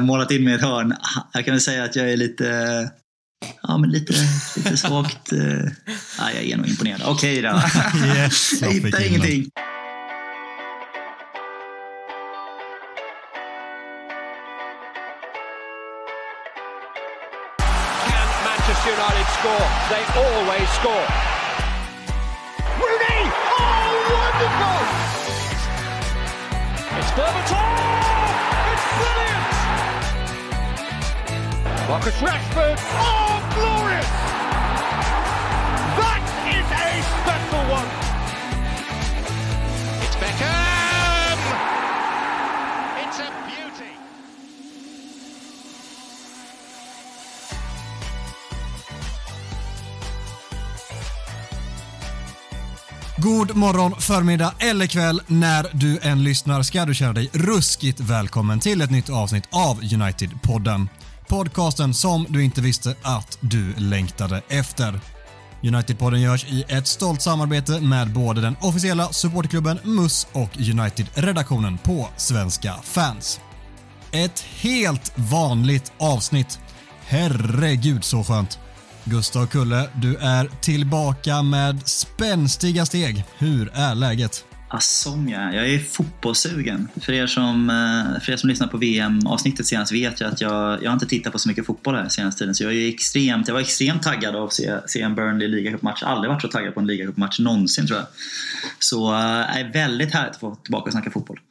målat in med ett hörn. Jag kan väl säga att jag är lite svagt. Jag är nog imponerad. Okej då. Yes, jag hittar ingenting. Can Manchester United score? They always score. Rooney! Oh, wonderful! It's Berbatov! It's brilliant! Marcus Rashford! Oh, glorious! That is a special one! It's Beckham! It's a beauty! God morgon, förmiddag eller kväll när du än lyssnar ska du känna dig ruskigt välkommen till ett nytt avsnitt av United-podden. Podcasten som du inte visste att du längtade efter. United-podden görs i ett stolt samarbete med både den officiella supportklubben MUS och United-redaktionen på Svenska Fans. Ett helt vanligt avsnitt. Herregud så skönt. Gustav Kulle, du är tillbaka med spänstiga steg. Hur är läget? Jag är fotbollssugen. För er som lyssnar på VM-avsnittet senast vet jag att jag har inte tittat på så mycket fotboll här senaste tiden. Så jag var extremt taggad av att se en Burnley ligacupmatch. Aldrig varit så taggad på en ligacupmatch någonsin, tror jag. Så är väldigt härligt att få tillbaka och snacka fotboll.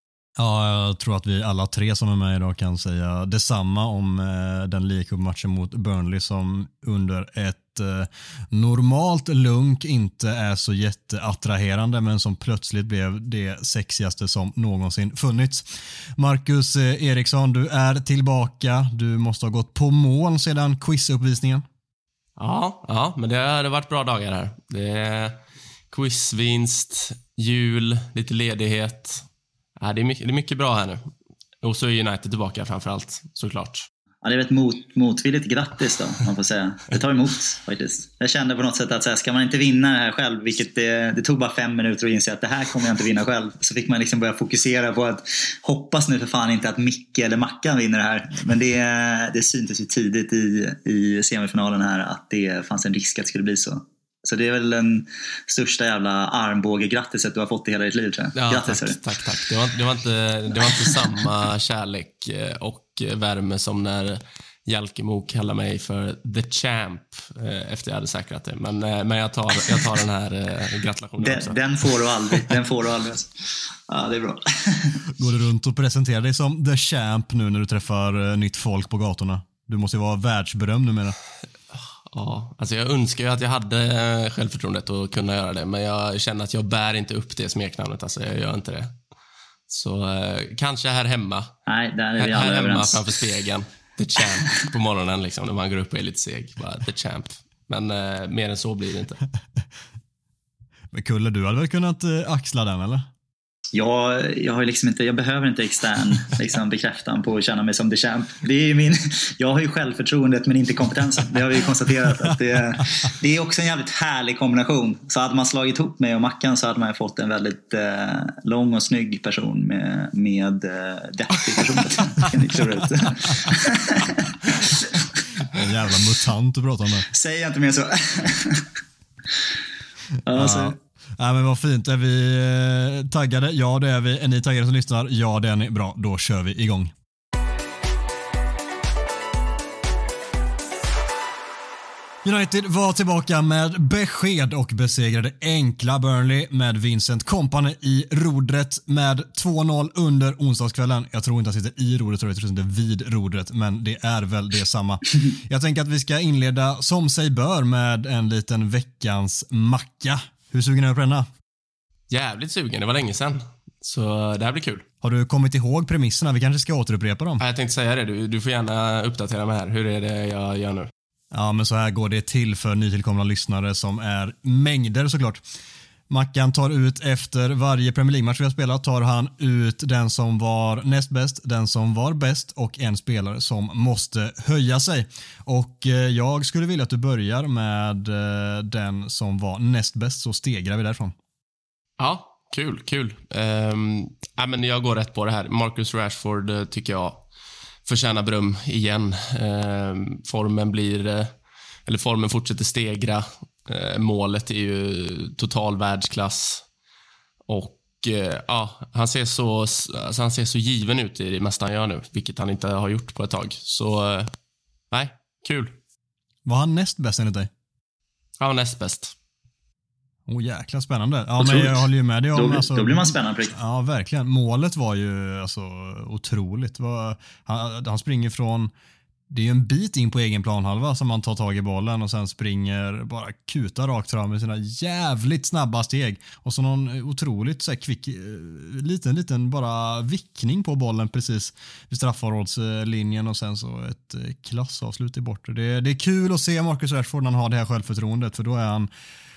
Ja, jag tror att vi alla tre som är med idag kan säga detsamma om den ligacupmatchen mot Burnley som under ett normalt lunk inte är så jätteattraherande men som plötsligt blev det sexigaste som någonsin funnits. Marcus Eriksson, du är tillbaka. Du måste ha gått på mål sedan quizupvisningen. Ja, men det har varit bra dagar här. Det är quizvinst, jul, lite ledighet. Ja, det är mycket bra här nu. Och så är United tillbaka framförallt, såklart. Ja, det är ett motvilligt grattis då, man får säga. Det tar emot faktiskt. Jag kände på något sätt att ska man inte vinna det här själv, vilket det tog bara 5 minuter att inse att det här kommer jag inte vinna själv. Så fick man liksom börja fokusera på att hoppas nu för fan inte att Micke eller Mackan vinner det här. Men det syntes ju tidigt i semifinalen här att det fanns en risk att det skulle bli så. Så det är väl den största jävla armbåge-grattiset du har fått i hela ditt liv, tror jag. Ja, grattis, tack. Det var inte samma kärlek och värme som när Jalkemo kallar mig för The Champ efter jag hade säkrat det. Men jag tar den här gratulationen också. Den får du aldrig. Ja, det är bra. Går du runt och presenterar dig som The Champ nu när du träffar nytt folk på gatorna? Du måste ju vara världsberömd numera. Ja, alltså jag önskar ju att jag hade självförtroendet att kunna göra det. Men jag känner att jag bär inte upp det smeknamnet. Alltså jag gör inte det. Så kanske här hemma. Nej, där är vi alla här hemma överens. framför spegeln. The Champ på morgonen liksom. När man går upp och är lite seg. Bara, The Champ. Men mer än så blir det inte. Men Kulle, du hade väl kunnat axla den, eller? Jag behöver inte extern bekräftan på att känna mig som The Champ. Det är jag har ju självförtroendet men inte kompetensen. Det har vi ju konstaterat att det är också en jävligt härlig kombination. Så hade man slagit ihop mig och Mackan så hade man fått en väldigt lång och snygg person med deppig personlighet. Kan ni klura ut? En jävla mutant du pratar om där. Säger jag inte mer så. Alltså. Ja, men vad fint. Är vi taggade? Ja, det är vi. Är ni taggade som lyssnar? Ja, det är ni. Bra, då kör vi igång. United var tillbaka med besked och besegrade enkla Burnley med Vincent Kompany i rodret med 2-0 under onsdagskvällen. Jag tror inte han sitter i rodret, jag tror inte vid rodret, men det är väl det samma. Jag tänker att vi ska inleda som sig bör med en liten veckans macka. Hur sugen är du på denna? Jävligt sugen, det var länge sedan. Så det här blir kul. Har du kommit ihåg premisserna? Vi kanske ska återupprepa dem. Ja, jag tänkte säga det, du får gärna uppdatera mig här. Hur är det jag gör nu? Ja, men så här går det till för nytillkomna lyssnare som är mängder såklart. Mackan tar ut efter varje Premier League-match vi har spelat tar han ut den som var näst bäst, den som var bäst och en spelare som måste höja sig. Och jag skulle vilja att du börjar med den som var näst bäst, så stegrar vi därifrån. Ja, kul. Men jag går rätt på det här. Marcus Rashford tycker jag förtjänar beröm igen. Formen fortsätter stegra. Målet är ju total världsklass. Och han ser så given ut i det mesta han gör nu, vilket han inte har gjort på ett tag. Så nej, kul. Var han näst bäst enligt dig? Ja, näst bäst. Jäkla spännande. Ja, men jag håller ju med dig om... Då blir man spännande på riktigt. Ja, verkligen. Målet var ju otroligt. Han springer från... Det är ju en bit in på egen planhalva som man tar tag i bollen och sen springer, bara kutar rakt fram med sina jävligt snabba steg. Och så någon otroligt så här kvick, liten bara vickning på bollen precis vid straffområdslinjen och sen så ett klassavslut i bortre. Det är kul att se Marcus Rashford när han har det här självförtroendet, för då är han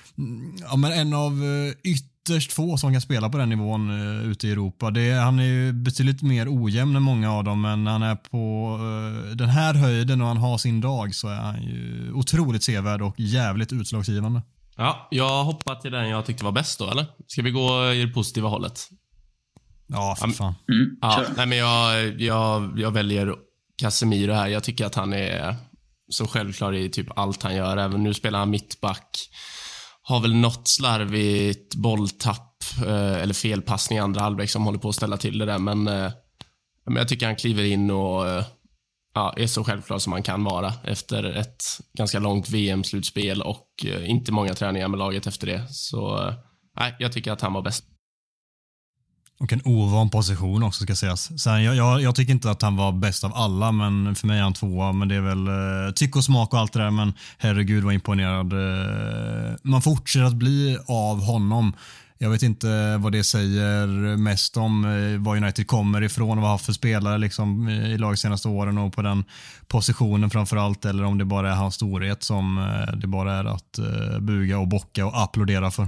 en av ytterst få som kan spela på den nivån ute i Europa. Han är ju betydligt mer ojämn än många av dem, men han är på den här höjden och han har sin dag, så är han ju otroligt sevärd och jävligt utslagsgivande. Ja, jag hoppar till den jag tyckte var bäst då, eller? Ska vi gå i det positiva hållet? Ja, för fan. Nej, men jag väljer Casemiro här. Jag tycker att han är så självklar i typ allt han gör. Även nu spelar han mittback. Har väl något slarvigt bolltapp eller felpassning i andra halvlek som håller på att ställa till det där. Men jag tycker han kliver in och är så självklar som man kan vara efter ett ganska långt VM-slutspel och inte många träningar med laget efter det. Så jag tycker att han var bäst. Och en ovan position också ska sägas. Sen jag tycker inte att han var bäst av alla, men för mig är han tvåa. Men det är väl tyck och smak och allt det där. Men herregud vad imponerad man fortsätter att bli av honom. Jag vet inte vad det säger mest om var United kommer ifrån och vad har haft för spelare liksom, i lag senaste åren och på den positionen framförallt, eller om det bara är hans storhet som det bara är att buga och bocka och applådera för.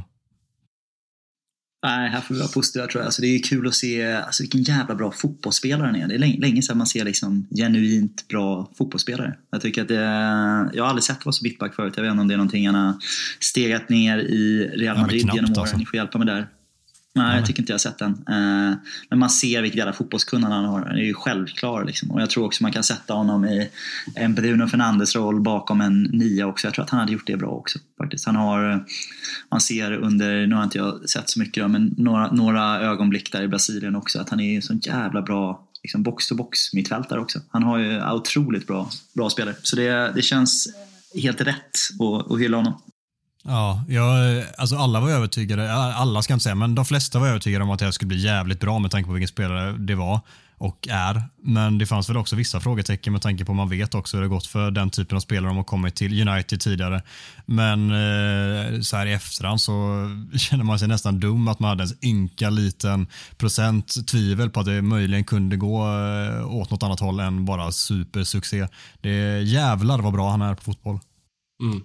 Nej, här får vi vara positiva tror jag. Alltså, det är kul att se vilken jävla bra fotbollsspelare han är. Det är länge sedan man ser liksom genuint bra fotbollsspelare. Jag tycker att jag har aldrig sett vara så mittback förut. Jag vet inte om det är någonting han har stegat ner i Real Madrid genom åren. Alltså. Ni får hjälpa mig där. Nej, jag tycker inte jag har sett den. Men man ser vilket jävla fotbollskunnande han har. Det är ju självklar liksom. Och jag tror också man kan sätta honom i en Bruno Fernandes-roll bakom en 9 också. Jag tror att han hade gjort det bra också faktiskt. Man ser under, nu har inte jag sett så mycket då, men några ögonblick där i Brasilien också, att han är ju så jävla bra liksom box-to-box mittfältare också. Han har ju otroligt bra spelare. Så det känns helt rätt att hylla honom. Ja, alltså alla var övertygade, alla ska inte säga, men de flesta var övertygade om att det skulle bli jävligt bra med tanke på vilken spelare det var och är. Men det fanns väl också vissa frågetecken med tanke på man vet också hur det gått för den typen av spelare de har kommit till United tidigare. Men så här i efterhand så känner man sig nästan dum att man hade en ynka liten procent tvivel på att det möjligen kunde gå åt något annat håll än bara supersuccé. Det jävlar vad bra han är på fotboll. Mm.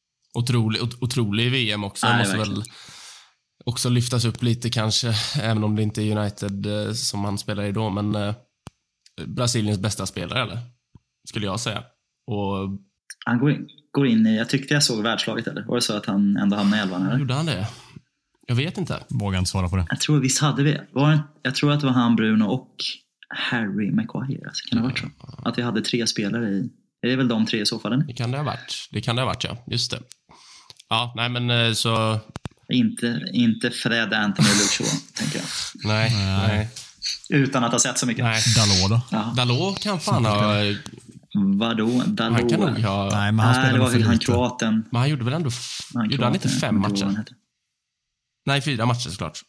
Otrolig VM också. Nej, måste väl också lyftas upp lite kanske, även om det inte är United som han spelar i då, men Brasiliens bästa spelare, eller? Skulle jag säga. Och han går in i, jag tyckte jag såg världslaget, eller? Var det så att han ändå hamnade i 11, eller? Gjorde han det? Jag vet inte. Vågar inte svara på det. Jag tror visst hade vi. Jag tror att det var han, Bruno och Harry Maguire. Alltså, kan det ha varit så? Att vi hade 3 spelare i. Det är väl de 3 i så fall? Det kan det ha varit, ja. Just det. Ja, nej men så... Inte Fred, Anthony och Luke Shaw, tänker jag. Nej. Utan att ha sett så mycket. Nej. Dalot då? Ja. Dalot kan fan ha... Vadå? Dalot? Han kan nog ha... Nej, men han spelade det var för väl han lite. kroaten. Men han gjorde väl ändå... Gjorde han inte 5 matcher? Nej, 4 matcher såklart.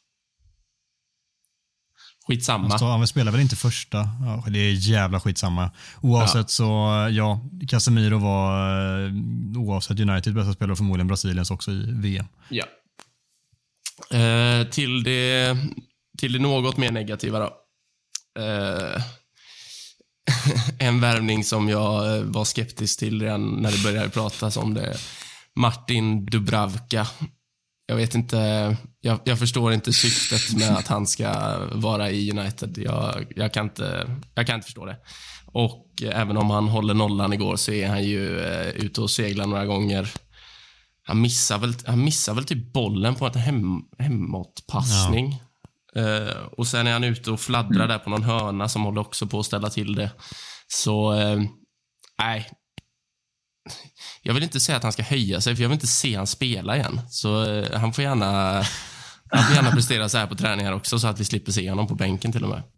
Skitsamma. Han spelar väl inte första. Ja, det är jävla skitsamma. Oavsett så, ja, Casemiro var oavsett United bästa spelare, förmodligen Brasiliens också i VM. Ja. Till det något mer negativa då. En värvning som jag var skeptisk till redan när det började pratas om det. Martin Dubravka. Jag vet inte, jag förstår inte syftet med att han ska vara i United. Jag kan inte förstå det. Och även om han håller nollan igår så är han ju ute och seglar några gånger. Han missar väl typ bollen på en hemåtpassning. Ja. Och sen är han ute och fladdrar där på någon hörna som håller också på att ställa till det. Så nej. Jag vill inte säga att han ska höja sig, för jag vill inte se han spela igen. Så han får gärna prestera så här på träningar också, så att vi slipper se honom på bänken till och med.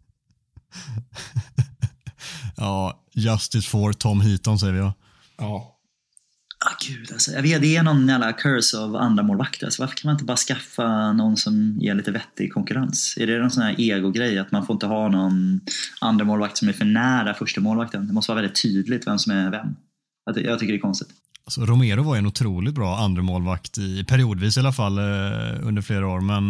Ja, justice for Tom Heaton säger vi. Ja. Gud, alltså, jag vet, det är någon jävla curse av andra målvakter. Alltså, varför kan man inte bara skaffa någon som ger lite vettig konkurrens? Är det någon sån här ego-grej att man får inte ha någon andra målvakt som är för nära första målvakten? Det måste vara väldigt tydligt vem som är vem. Jag tycker det är konstigt. Alltså, Romero var en otroligt bra andra målvakt i periodvis i alla fall under flera år, men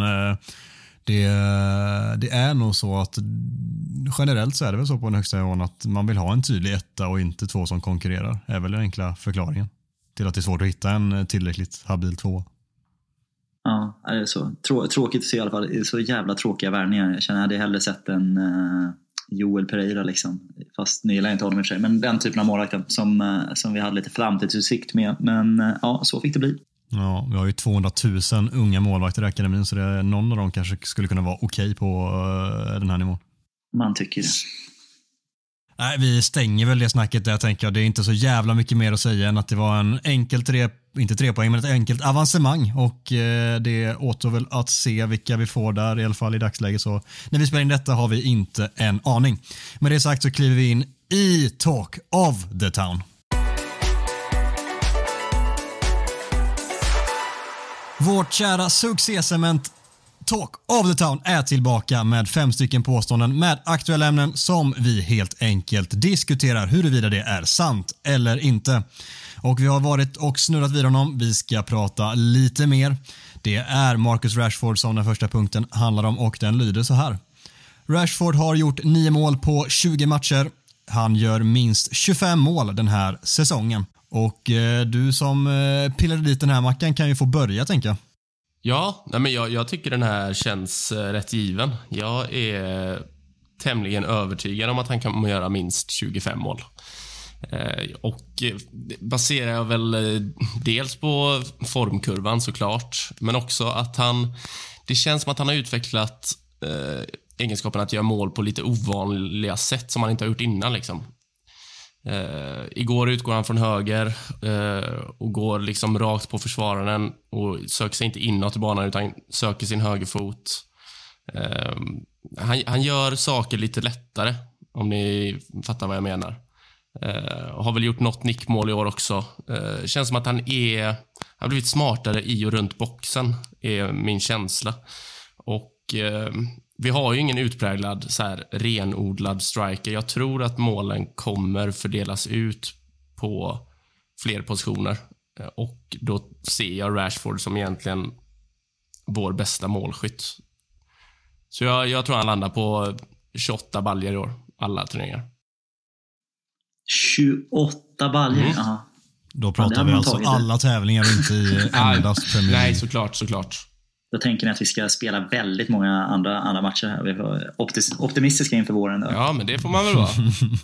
det är nog så att generellt så är det väl så på den högsta nivån att man vill ha en tydlig etta och inte två som konkurrerar. Det är väl den enkla förklaringen till att det är svårt att hitta en tillräckligt habil två. Ja, det är så. Tråkigt att se i alla fall. Det är så jävla tråkiga värvningar. Jag känner att jag hade hellre sett en Joel Pereira liksom. Fast ni gillar inte honom i och för sig. Men den typen av målvakten som vi hade lite framtidsutsikt med. Men ja, så fick det bli. Ja, vi har ju 200 000 unga målvakter i akademin, så någon av dem kanske skulle kunna vara okej på den här nivån. Man tycker det. Nej, vi stänger väl det snacket där, tänker jag. Det är inte så jävla mycket mer att säga än att det var en enkel inte 3 poäng, men ett enkelt avancemang, och det åter väl att se vilka vi får där, i alla fall i dagsläget. Så när vi spelar in detta har vi inte en aning. Med det sagt så kliver vi in i Talk of the Town. Vårt kära succésement Talk of the Town är tillbaka med 5 stycken påståenden med aktuella ämnen som vi helt enkelt diskuterar huruvida det är sant eller inte. Och vi har varit och snurrat vid honom. Vi ska prata lite mer. Det är Marcus Rashford som den första punkten handlar om, och den lyder så här. Rashford har gjort 9 mål på 20 matcher. Han gör minst 25 mål den här säsongen. Och du som pillade dit den här mackan kan ju få börja, tänka jag. Ja, men jag tycker den här känns rätt given. Jag är tämligen övertygad om att han kan göra minst 25 mål. Och baserar jag väl dels på formkurvan såklart, men också att det känns som att han har utvecklat egenskapen att göra mål på lite ovanliga sätt som han inte har gjort innan liksom. Igår utgår han från höger och går liksom rakt på försvararen och söker sig inte inåt i banan utan söker sin högerfot. Han gör saker lite lättare, om ni fattar vad jag menar. Har väl gjort något nickmål i år också. Känns som att han har blivit smartare i och runt boxen, är min känsla. Och vi har ju ingen utpräglad så här renodlad striker. Jag tror att målen kommer fördelas ut på fler positioner. Och då ser jag Rashford som egentligen vår bästa målskytt. Så jag tror han landar på 28 baljer i år, alla turneringar. 28 baljer? Ja. Då pratar vi alltså alla tävlingar och inte i endast Premier League. Nej, såklart. Då tänker ni att vi ska spela väldigt många andra matcher här. Vi är optimistiska inför våren då. Ja, men det får man väl vara.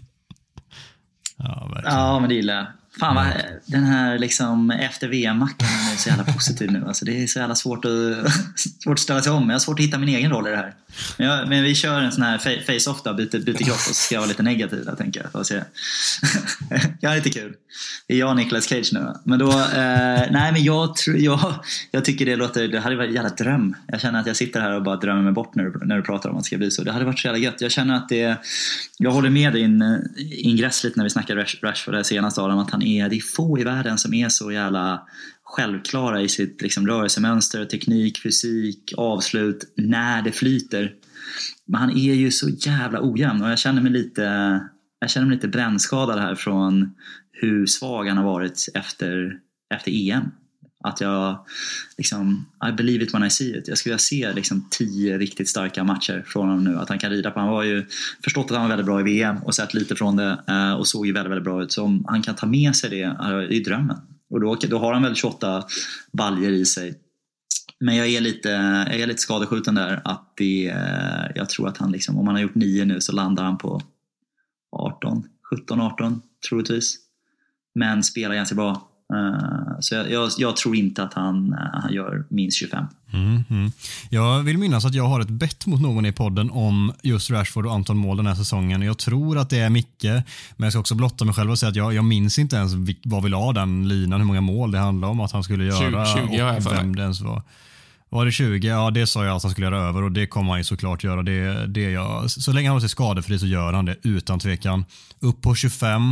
Ja, verkligen. Ja, men det gillar jag. Fan vad, den här liksom efter VM-mackan är så jävla positiv nu. Alltså, det är så jävla svårt att ställa sig om. Jag har svårt att hitta min egen roll i det här. Men vi kör en sån här face-off då, byter kropp, och så ska jag vara lite negativ där, tänker jag. Jag är lite kul. Det är jag och Nicolas Cage nu. Men då, nej men jag tycker det hade varit en jävla dröm. Jag känner att jag sitter här och bara drömmer mig bort när du pratar om att det ska bli så. Det hade varit så jävla gött. Jag känner att jag håller med din ingress lite när vi snackade Rashford det senaste dagen, att det är få i världen som är så jävla självklara i sitt liksom rörelsemönster, teknik, fysik, avslut när det flyter. Men han är ju så jävla ojämn, och jag känner mig lite brännskadad här från hur svag han har varit efter EM. Att jag liksom, I believe it when I see it. Jag skulle se liksom 10 riktigt starka matcher från honom nu. Att han kan rida på. Han var ju förstått att han var väldigt bra i VM och sett lite från det och såg ju väldigt, väldigt bra ut. Så om han kan ta med sig det i drömmen. Och då har han väl 28 baljer i sig. Men jag är lite skadeskjuten där. Att jag tror att han liksom, om han har gjort 9 nu så landar han på 17-18 troligtvis. Men spelar ganska bra. Så jag tror inte att han gör minst 25. Jag vill minnas att jag har ett bett mot någon i podden om just Rashford och Anton mål den här säsongen. Jag tror att det är Micke, men jag ska också blotta mig själv och säga att jag minns inte ens vad vi la den linan, hur många mål det handlade om att han skulle göra. 20 har jag för vem det ens var. Var det 20? Ja, det sa jag att han skulle göra över och det kommer han ju såklart göra. Så länge han har sig skadefri så gör han det utan tvekan. Upp på 25.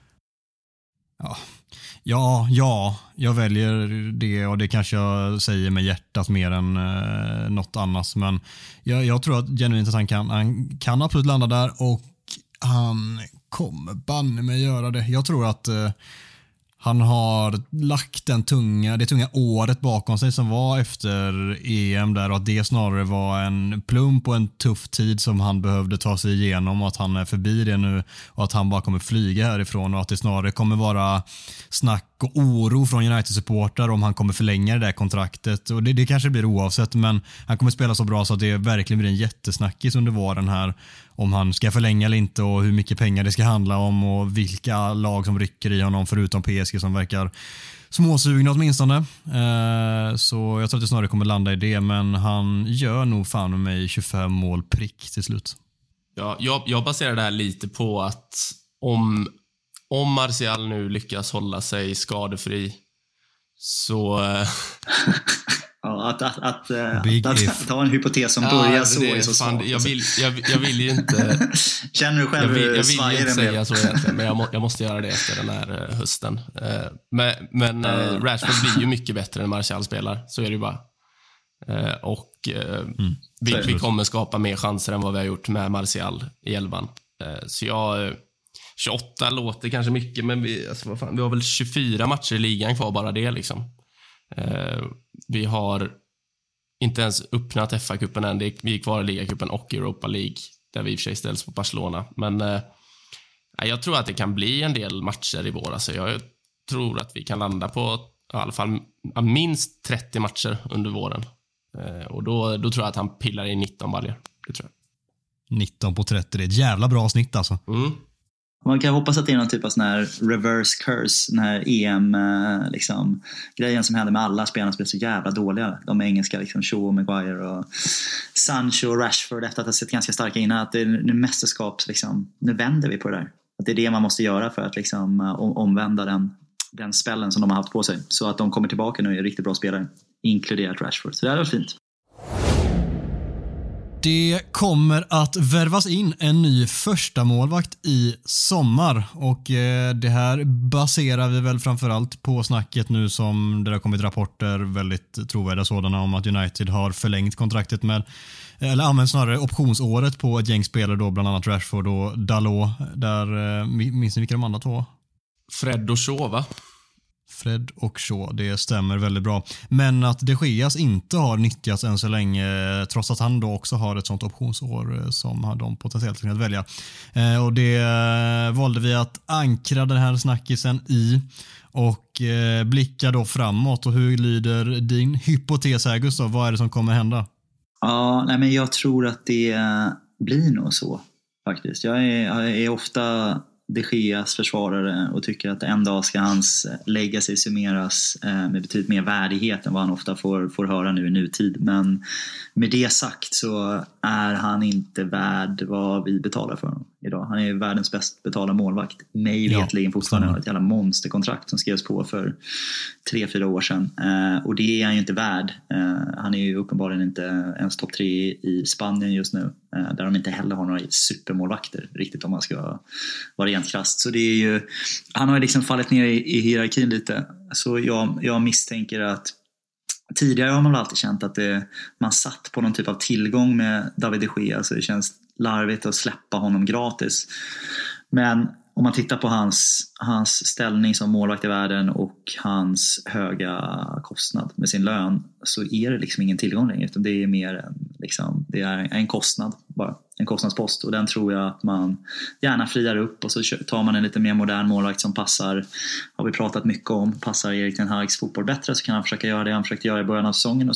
Ja, jag väljer det och det kanske jag säger med hjärtat mer än något annat. Men jag tror att genuint att han kan absolut landa där och han kommer banne mig göra det. Jag tror att han har lagt det tunga året bakom sig som var efter EM där och att det snarare var en plump och en tuff tid som han behövde ta sig igenom och att han är förbi det nu och att han bara kommer flyga härifrån och att det snarare kommer vara snack och oro från United-supportrar om han kommer förlänga det där kontraktet och det kanske blir oavsett men han kommer spela så bra så att det verkligen blir en jättesnackis under våren här om han ska förlänga eller inte och hur mycket pengar det ska handla om och vilka lag som rycker i honom förutom PSG som verkar småsugna åtminstone. Så jag tror att det snarare kommer landa i det men han gör nog fan med mig 25 mål prick till slut. Ja, jag baserar det här lite på att om Martial nu lyckas hålla sig skadefri så att ta en hypotes som börjar så är så svårt. Jag vill ju inte känner du själv jag vill ju inte säga så egentligen men jag måste göra det efter den här hösten. Men Rashford blir ju mycket bättre än Martial spelar, så är det ju bara. Vi kommer skapa mer chanser än vad vi har gjort med Martial i 11. Så 28 låter kanske mycket men vi har väl 24 matcher i ligan kvar bara det liksom. Vi har inte ens öppnat FA-cupen än. Vi är kvar i ligacupen och Europa League där vi i och för sig ställs på Barcelona. Men jag tror att det kan bli en del matcher i vår. Alltså, jag tror att vi kan landa på i alla fall minst 30 matcher under våren. Och då tror jag att han pillar i 19 baljor. Det tror jag. 19 på 30, det är ett jävla bra snitt alltså. Man kan hoppas att det är någon typ av sån här reverse curse, den här EM liksom, grejen som händer med alla spelarna som blir så jävla dåliga. De engelska liksom, Shaw, Maguire och Sancho och Rashford efter att ha sett ganska starka innan. Att det är nu mästerskaps, liksom, nu vänder vi på det där. Att det är det man måste göra för att liksom, omvända den spällen som de har haft på sig. Så att de kommer tillbaka nu och är riktigt bra spelare, inkluderat Rashford. Så det här var fint. Det kommer att värvas in en ny första målvakt i sommar och det här baserar vi väl framförallt på snacket nu som det har kommit rapporter, väldigt trovärdiga sådana, om att United har förlängt kontraktet med, eller använt snarare optionsåret på ett gäng spelare då, bland annat Rashford och Dalot. Där minns ni vilka de andra två? Fred och Shaw, va? Fred och Shaw, det stämmer väldigt bra. Men att De Geas inte har nyttjats än så länge, trots att han då också har ett sånt optionsår som de potentiellt kunnat välja. Och det valde vi att ankra den här snackisen i och blicka då framåt. Och hur lyder din hypotes här, Gustav? Vad är det som kommer hända? Ja, nej, men jag tror att det blir nog så faktiskt. Jag är ofta De Geas försvarare och tycker att en dag ska hans legacy summeras med betydligt mer värdighet än vad han ofta får höra nu i nutid. Men med det sagt så är han inte värd vad vi betalar för honom idag. Han är världens bäst betalda målvakt. Mig vetligen fortfarande har ett jävla monsterkontrakt som skrevs på för 3-4 år sedan. Och det är han ju inte värd. Han är ju uppenbarligen inte ens topp 3 i Spanien just nu. Där de inte heller har några supermålvakter riktigt, om man ska vara rent krasst. Så det är ju, han har ju liksom fallit ner i hierarkin lite. Så jag misstänker att tidigare har man väl alltid känt att man satt på någon typ av tillgång med David De Gea, så det känns larvigt att släppa honom gratis. Men om man tittar på hans ställning som målvakt i världen och hans höga kostnad med sin lön, så är det liksom ingen tillgång längre, utan det är mer det är en kostnad, bara en kostnadspost, och den tror jag att man gärna friar upp, och så tar man en lite mer modern målvakt som passar, har vi pratat mycket om, passar Erik Ten Hags fotboll bättre, så kan han försöka göra det han försökte göra i början av säsongen och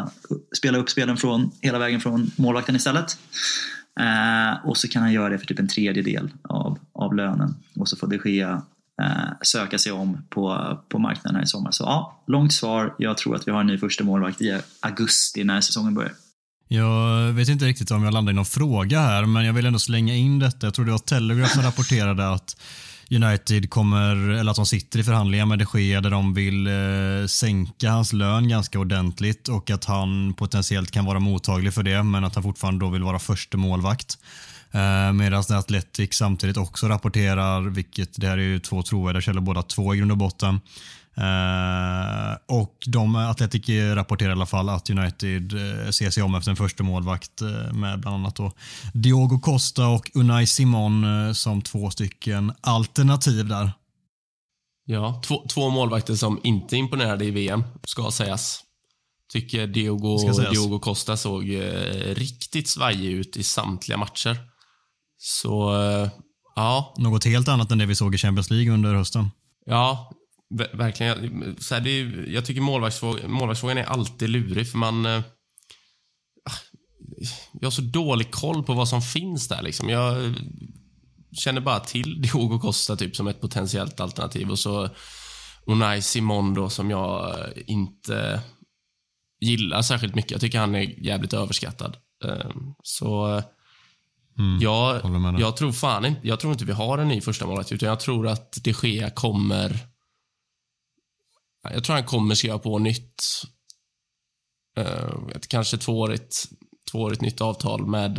spela upp spelen hela vägen från målvakten istället. Och så kan han göra det för typ en tredjedel av lönen, och så får De Gea söka sig om på marknaden här i sommar. Så ja, långt svar. Jag tror att vi har en ny första målvakt i augusti när säsongen börjar. Jag vet inte riktigt om jag landar i någon fråga här, men jag vill ändå slänga in detta. Jag tror det var Telegraph som rapporterade att United eller att de sitter i förhandlingar med De Gea där de vill sänka hans lön ganska ordentligt och att han potentiellt kan vara mottaglig för det, men att han fortfarande då vill vara första målvakt. Medan Athletic samtidigt också rapporterar, vilket det här är ju 2 trovärdiga källor båda 2 i grund och botten. Och Athletic rapporterar i alla fall att United ser sig om efter en första målvakt med bland annat då Diogo Costa och Unai Simon som 2 stycken alternativ där. Ja, två målvakter som inte imponerade i VM, ska sägas. Tycker Diogo Costa såg riktigt svajig ut i samtliga matcher. Så, ja. Något helt annat än det vi såg i Champions League under hösten. Ja, verkligen. Så här, jag tycker målvaktsfrågan är alltid lurig, för jag har så dålig koll på vad som finns där liksom. Jag känner bara till Diogo Costa typ som ett potentiellt alternativ, och så Unai Simon då, som jag inte gillar särskilt mycket. Jag tycker han är jävligt överskattad. Så jag tror inte vi har en ny första målvakt, utan jag tror att De Gea kommer. Jag tror han kommer skriva på nytt. Kanske tvåårigt nytt avtal med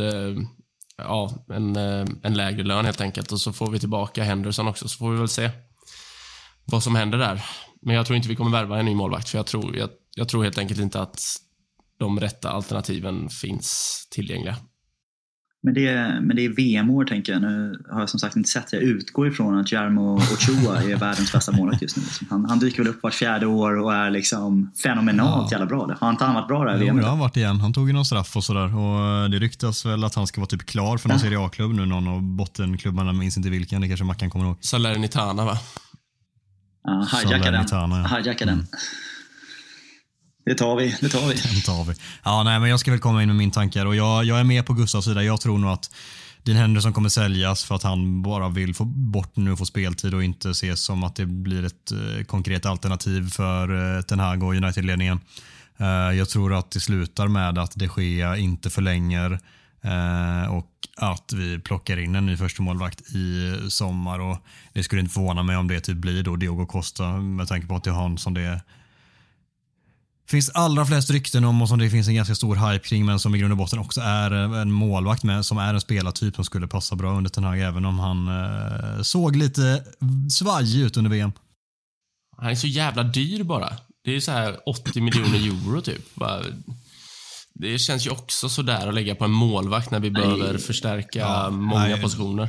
en lägre lön helt enkelt. Och så får vi tillbaka Henderson också, så får vi väl se vad som händer där. Men jag tror inte vi kommer värva en ny målvakt, för jag tror helt enkelt inte att de rätta alternativen finns tillgängliga. Men det är VM-år, tänker jag. Nu har jag som sagt inte sett. Jag utgår ifrån att Jarmo Ochoa är världens bästa målvakt just nu. Han dyker väl upp vart 4:e år och är liksom fenomenalt jävla bra. Har inte han varit bra där? Jo, det har varit igen. Han tog ju någon straff och sådär. Och det ryktas väl att han ska vara typ klar för någon Serie A-klubb nu. Någon av bottenklubbarna, minns inte vilken. Det kanske Mackan kommer ihåg. Salernitana, va? Ja, hijacka den. Det tar vi. Ja, nej, men jag ska väl komma in med min tankar. Och jag är med på Gustavs sida. Jag tror nog att Dean Henderson kommer säljas för att han bara vill få bort nu och få speltid och inte ses som att det blir ett konkret alternativ för Ten Hag och United-ledningen. Jag tror att det slutar med att De Gea inte förlänger och att vi plockar in en ny första målvakt i sommar. Och det skulle inte förvåna mig om det typ blir då Diogo Costa, med tanke på att det har en som det finns allra flest rykten om och som det finns en ganska stor hype kring, men som i grund och botten också är en målvakt med, som är en spelartyp som skulle passa bra under Ten Hag, även om han såg lite svajig ut under VM. Han är så jävla dyr bara. Det är ju så här 80 miljoner euro typ. Det känns ju också så där att lägga på en målvakt när vi behöver förstärka många positioner.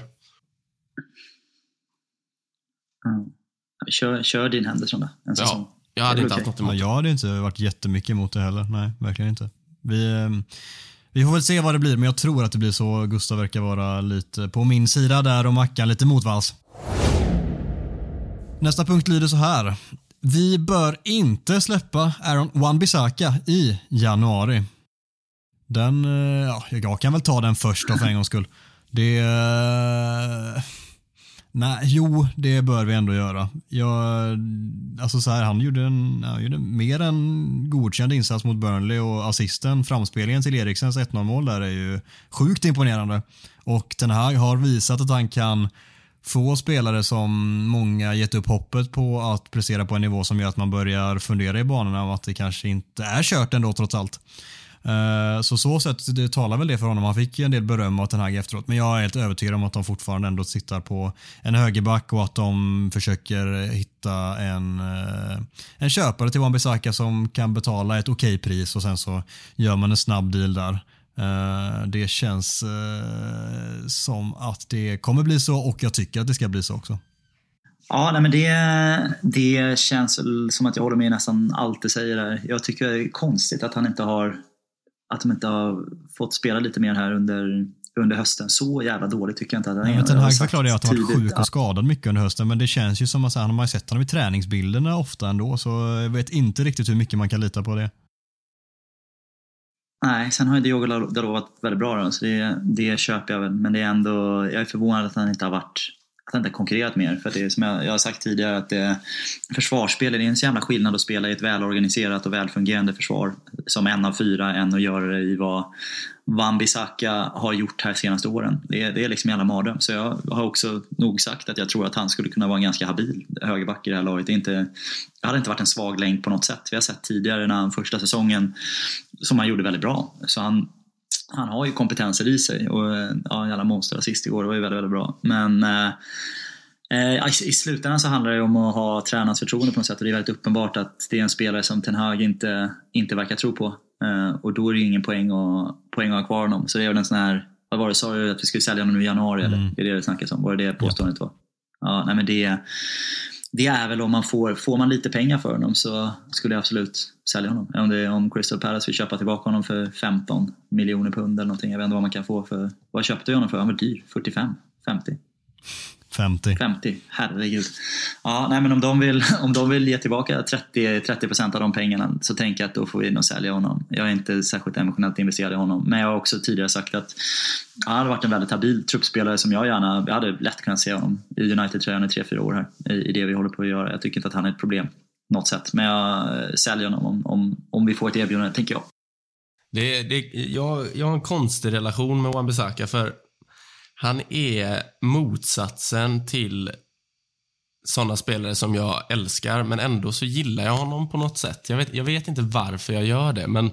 Kör din Henderson då, en säsong. Jag hade inte haft något emot. Jag hade inte varit jättemycket emot det heller. Nej, verkligen inte. Vi får väl se vad det blir, men jag tror att det blir så. Gustav verkar vara lite på min sida där och Mackan lite motvalls. Nästa punkt lyder så här. Vi bör inte släppa Aaron Wan-Bissaka i januari. Jag kan väl ta den först då för en gångs skull. Det bör vi ändå göra. Han gjorde mer än godkänd insats mot Burnley, och assisten, framspelningen till Eriksens 1-0-mål där är ju sjukt imponerande. Och Ten Hag har visat att han kan få spelare som många gett upp hoppet på att prestera på en nivå som gör att man börjar fundera i banorna om att det kanske inte är kört ändå trots allt. Så sätt, det talar väl det för honom. Han fick ju en del beröm av Ten Hag efteråt, men jag är helt övertygad om att de fortfarande ändå sitter på en högerback och att de försöker hitta en köpare till Wan-Bissaka som kan betala ett okej pris, och sen så gör man en snabb deal där. Det känns som att det kommer bli så, och jag tycker att det ska bli så också. Ja, nej, men det känns som att jag håller med nästan allt det säger där. Jag tycker det är konstigt att de inte har fått spela lite mer här under hösten. Så jävla dåligt tycker jag inte att han är. Ten Hag förklarade att han varit sjuk och skadad mycket under hösten, men det känns ju som att han har sett honom i träningsbilderna ofta ändå, så jag vet inte riktigt hur mycket man kan lita på det. Nej, sen har ju Diogo Dalot varit väldigt bra då, så det köper jag väl, men det är ändå, jag är förvånad att han inte har varit han inte konkurrerat mer. För det är som jag har sagt tidigare, att försvarsspel är en så jävla skillnad att spela i ett välorganiserat och välfungerande försvar som 1 av 4 än att göra det i vad Wan-Bissaka har gjort här senaste åren. Det är liksom jävla mardröm. Så jag har också nog sagt att jag tror att han skulle kunna vara en ganska habil högerback i det här laget. Det hade inte varit en svag länk på något sätt. Vi har sett tidigare när första säsongen som han gjorde väldigt bra. Så han har ju kompetenser i sig, och ja, jävla monsterassist igår, det var ju väldigt, väldigt bra. Men i slutändan så handlar det om att ha tränarens förtroende på något sätt, och det är väldigt uppenbart att det är en spelare som Ten Hag inte verkar tro på, och då är det ju ingen poäng att ha kvar honom. Så det är väl en sån här, vad var det, sa du att vi skulle sälja honom nu i januari, eller är det snackas om? Var det påståendet var? Ja, nej, men det är väl om man får man lite pengar för honom, så skulle jag absolut sälja honom. Om Crystal Palace vill köpa tillbaka honom för 15 miljoner pund eller någonting. Jag vet inte vad man kan få för. Vad köpte jag honom för? Han var dyr. 45? 50, herregud. Ja, nej, men om de vill ge tillbaka 30% av de pengarna, så tänker jag att då får vi nog sälja honom. Jag är inte särskilt emotionellt investerad i honom, men jag har också tidigare sagt att han hade varit en väldigt habil truppspelare som jag hade lätt kunnat se honom i United-tröjan i 3-4 år här, i det vi håller på att göra. Jag tycker inte att han är ett problem något sätt, men jag säljer honom om vi får ett erbjudande, tänker jag. Jag har en konstig relation med Wan-Bissaka, för han är motsatsen till sådana spelare som jag älskar, men ändå så gillar jag honom på något sätt. Jag vet inte varför jag gör det, men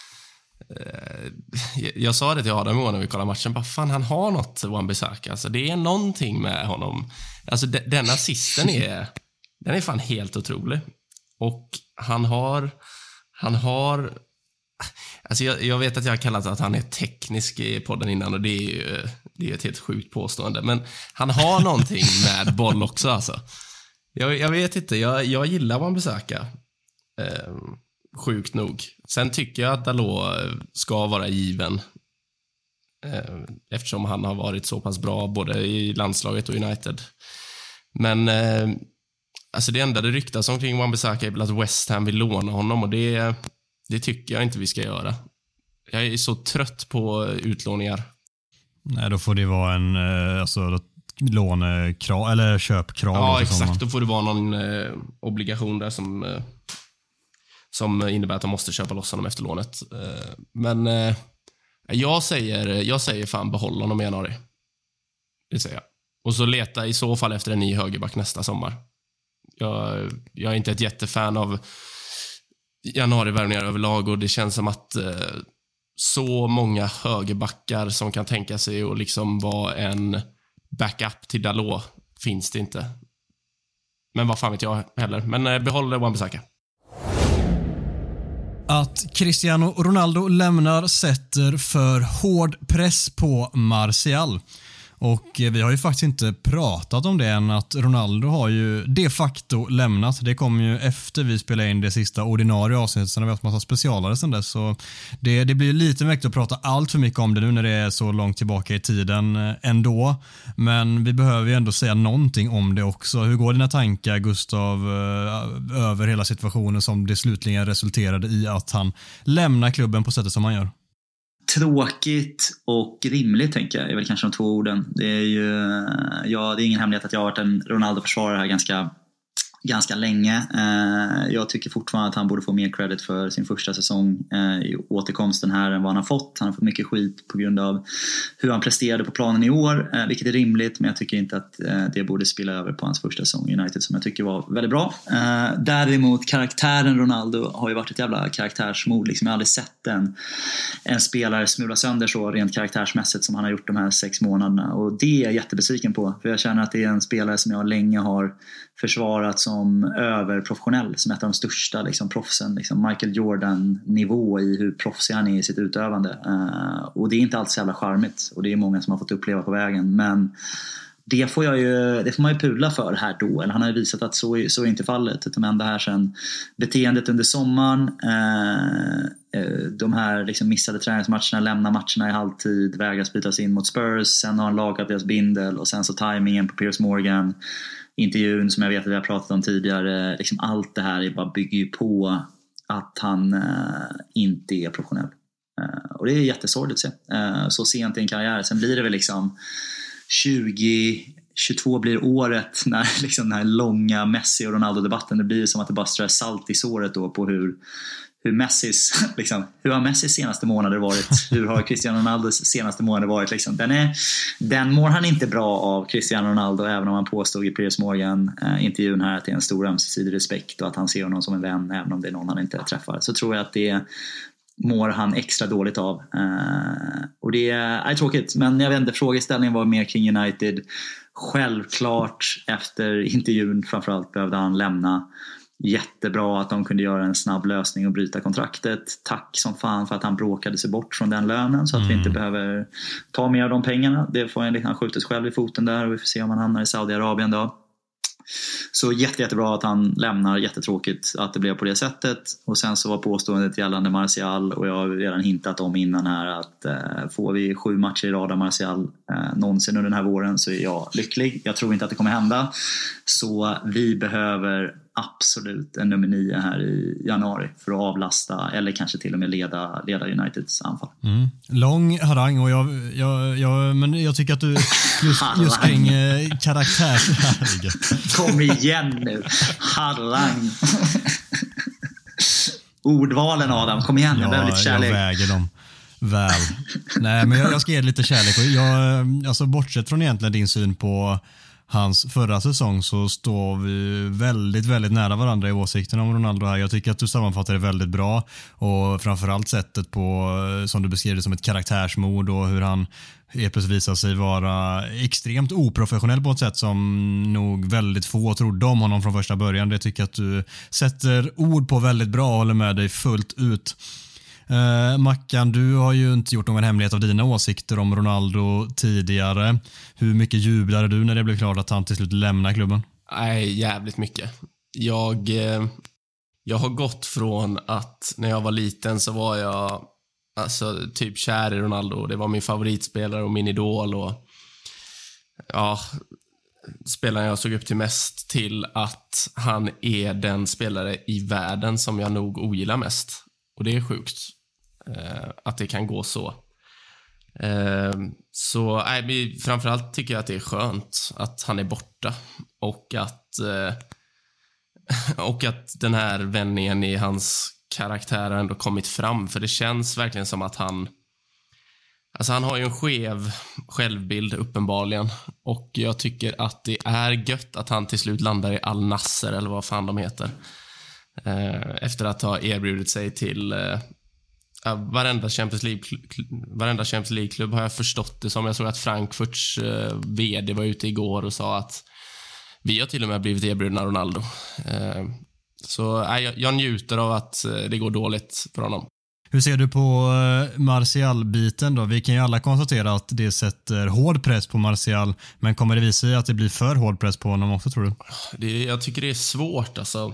jag sa det till Adam när vi kollade matchen, bara fan, han har något, Wan-Bissaka. Alltså, det är någonting med honom. Alltså den assisten den är fan helt otrolig. Och han har alltså jag vet att jag har kallat att han är teknisk i podden innan, och det är ett helt sjukt påstående, men han har någonting med boll också, alltså. Jag vet inte, jag gillar Wan-Bissaka sjukt nog. Sen tycker jag att Dalot ska vara given, eftersom han har varit så pass bra både i landslaget och United. Men alltså det enda det ryktas omkring Wan-Bissaka är väl att West Ham vill låna honom, och det tycker jag inte vi ska göra. Jag är så trött på utlåningar. Nej, då får det vara en lånekrav eller köpkrav. Ja, exakt. Då får det vara någon obligation där som innebär att de måste köpa loss honom efter lånet. Men jag säger fan behålla honom i januari. Det säger jag. Och så leta i så fall efter en ny högerback nästa sommar. Jag är inte ett jättefan av januarivärvningar överlag, och det känns som att så många högerbackar som kan tänka sig att liksom vara en backup till Dalot finns det inte. Men vad fan vet jag heller. Men behåll Wan-Bissaka. Att Cristiano Ronaldo lämnar sätter för hård press på Martial. Och vi har ju faktiskt inte pratat om det än, att Ronaldo har ju de facto lämnat. Det kom ju efter vi spelade in det sista ordinarie avsnittet, sen har vi haft massa specialare sen dess. Så det blir lite mäktigt att prata allt för mycket om det nu när det är så långt tillbaka i tiden ändå. Men vi behöver ju ändå säga någonting om det också. Hur går dina tankar, Gustav, över hela situationen som det slutligen resulterade i att han lämnar klubben på sättet som han gör? Tråkigt och rimligt, tänker jag, är väl kanske de 2 orden. Det är ju, det är ingen hemlighet att jag har varit en Ronaldo-försvarare här ganska länge. Jag tycker fortfarande att han borde få mer credit för sin första säsong i återkomsten här än vad han har fått. Han har fått mycket skit på grund av hur han presterade på planen i år, vilket är rimligt, men jag tycker inte att det borde spilla över på hans första säsong i United, som jag tycker var väldigt bra. Däremot karaktären Ronaldo har ju varit ett jävla karaktärsmord. Liksom, jag har aldrig sett en spelare smula sönder så rent karaktärsmässigt som han har gjort de här 6 månaderna, och det är jag jättebesviken på, för jag känner att det är en spelare som jag länge har försvarat som överprofessionell, som ett av de största liksom, proffsen, liksom Michael Jordan-nivå i hur proffsig han är i sitt utövande. Och det är inte alls så jävla charmigt, och det är många som har fått uppleva på vägen, men det får man ju pudla för här då. Eller han har ju visat att så är inte fallet. Utan ända här sen beteendet under sommaren, de här liksom missade träningsmatcherna, lämna matcherna i halvtid, vägras bytas in mot Spurs, sen har han lagat deras bindel, och sen så timingen på Piers Morgan, intervjun som jag vet att vi har pratat om tidigare, liksom allt det här bara bygger ju på att han inte är professionell. Och det är jättesorgligt att se. Så sent i en karriär. Sen blir det väl liksom 22 blir året när liksom den här långa Messi och Ronaldo-debatten, det blir som att det bara strör salt i såret då på hur Messis, liksom, hur har Messis senaste månader varit? Hur har Cristiano Ronaldos senaste månader varit? Liksom? Den mår han inte bra av, Cristiano Ronaldo, även om han påstod i Piers Morgan intervjun här att det är en stor ömsesidig respekt och att han ser honom som en vän även om det är någon han inte träffar. Så tror jag att det mår han extra dåligt av. Och det är tråkigt, men jag vet inte, frågeställningen var mer kring United. Självklart efter intervjun framförallt behövde han lämna. Jättebra att de kunde göra en snabb lösning och bryta kontraktet. Tack som fan för att han bråkade sig bort från den lönen så att vi inte behöver ta mer av de pengarna. Det får han skjutit själv i foten där och vi får se om han hamnar i Saudiarabien då. Så jättebra att han lämnar, jättetråkigt att det blev på det sättet. Och sen så var påståendet gällande Martial, och jag har redan hintat om innan här att får vi 7 matcher i rad av Martial någonsin under den här våren så är jag lycklig. Jag tror inte att det kommer hända, så vi behöver absolut en nummer 9 här i januari för att avlasta eller kanske till och med leda Uniteds anfall. Lång harang, och men jag tycker att du just kring karaktär. Kom igen nu, harang. Ordvalen, Adam, kom igen, jag behöver lite kärlek. Jag väger dem väl. Nej, men jag ska ge lite kärlek, och alltså bortsett från egentligen din syn på hans förra säsong så står vi väldigt, väldigt nära varandra i åsikterna om Ronaldo här. Jag tycker att du sammanfattar det väldigt bra, och framförallt sättet på, som du beskrev det, som ett karaktärsmord och hur han helt plötsligt visar sig vara extremt oprofessionell på ett sätt som nog väldigt få trodde om honom från första början. Det tycker jag att du sätter ord på väldigt bra och håller med dig fullt ut. Mackan, du har ju inte gjort någon hemlighet av dina åsikter om Ronaldo tidigare. Hur mycket jublade du när det blev klart att han till slut lämnar klubben? Nej, jävligt mycket. Jag har gått från att när jag var liten så var jag alltså typ kär i Ronaldo. Det var min favoritspelare och min idol och ja, spelaren jag såg upp till mest, till att han är den spelare i världen som jag nog ogillar mest. Och det är sjukt att det kan gå så. Så framförallt tycker jag att det är skönt att han är borta. Och att den här vändningen i hans karaktär ändå kommit fram. För det känns verkligen som att han har ju en skev självbild uppenbarligen. Och jag tycker att det är gött att han till slut landar i Al Nassr eller vad fan de heter. Efter att ha erbjudit sig till varenda Champions League-klubb har jag förstått det som. Jag såg att Frankfurts vd var ute igår och sa att vi har till och med blivit erbjudna Ronaldo. Så jag njuter av att det går dåligt för honom. Hur ser du på Martial-biten då? Vi kan ju alla konstatera att det sätter hård press på Martial, men kommer det visa sig att det blir för hård press på honom också, tror du? Jag tycker det är svårt alltså.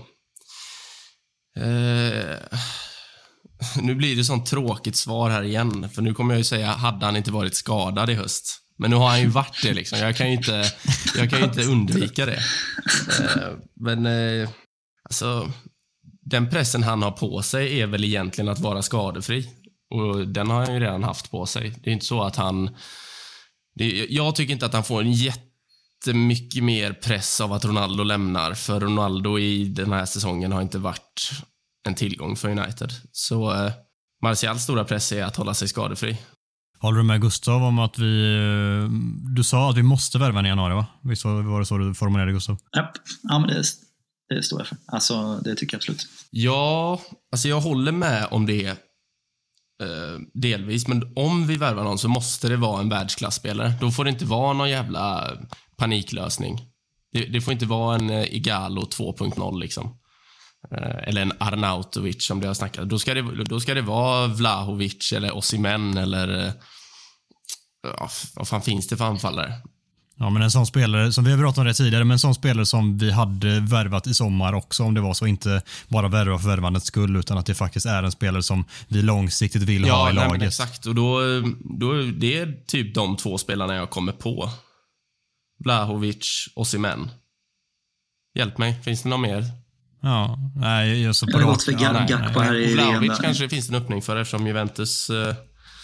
Nu blir det sånt tråkigt svar här igen, för nu kommer jag ju säga, hade han inte varit skadad i höst? Men nu har han ju varit det liksom. Jag kan ju inte undvika det. Men alltså, den pressen han har på sig är väl egentligen att vara skadefri. Och den har han ju redan haft på sig. Det är inte så att jag tycker inte att han får en jättemycket mer press av att Ronaldo lämnar. För Ronaldo i den här säsongen har inte varit en tillgång för United. Så Martials stora press är att hålla sig skadefri. Håller du med Gustav om att du sa att vi måste värva i januari, va? Visst var det så du formulerade, Gustav? Ja, men det står jag för. Alltså, det tycker jag absolut. Ja, alltså jag håller med om det delvis. Men om vi värvar någon så måste det vara en världsklasspelare. Då får det inte vara någon jävla paniklösning. Det får inte vara en Igalo 2.0 liksom. Eller en Arnautovic som det har snackat. Då ska det vara Vlahovic eller Osimhen eller vad fan finns det för anfallare? Ja, men en sån spelare, som vi har pratat om det tidigare, men en sån spelare som vi hade värvat i sommar också, om det var så, inte bara värva för värvandets skull, utan att det faktiskt är en spelare som vi långsiktigt vill ha i laget. Ja, exakt. Och då det är typ de två spelarna jag kommer på. Vlahovic, Osimhen. Hjälp mig, finns det någon mer? Ja, nej, jag så på rak. Vlahovic kanske det finns en öppning för, eftersom Juventus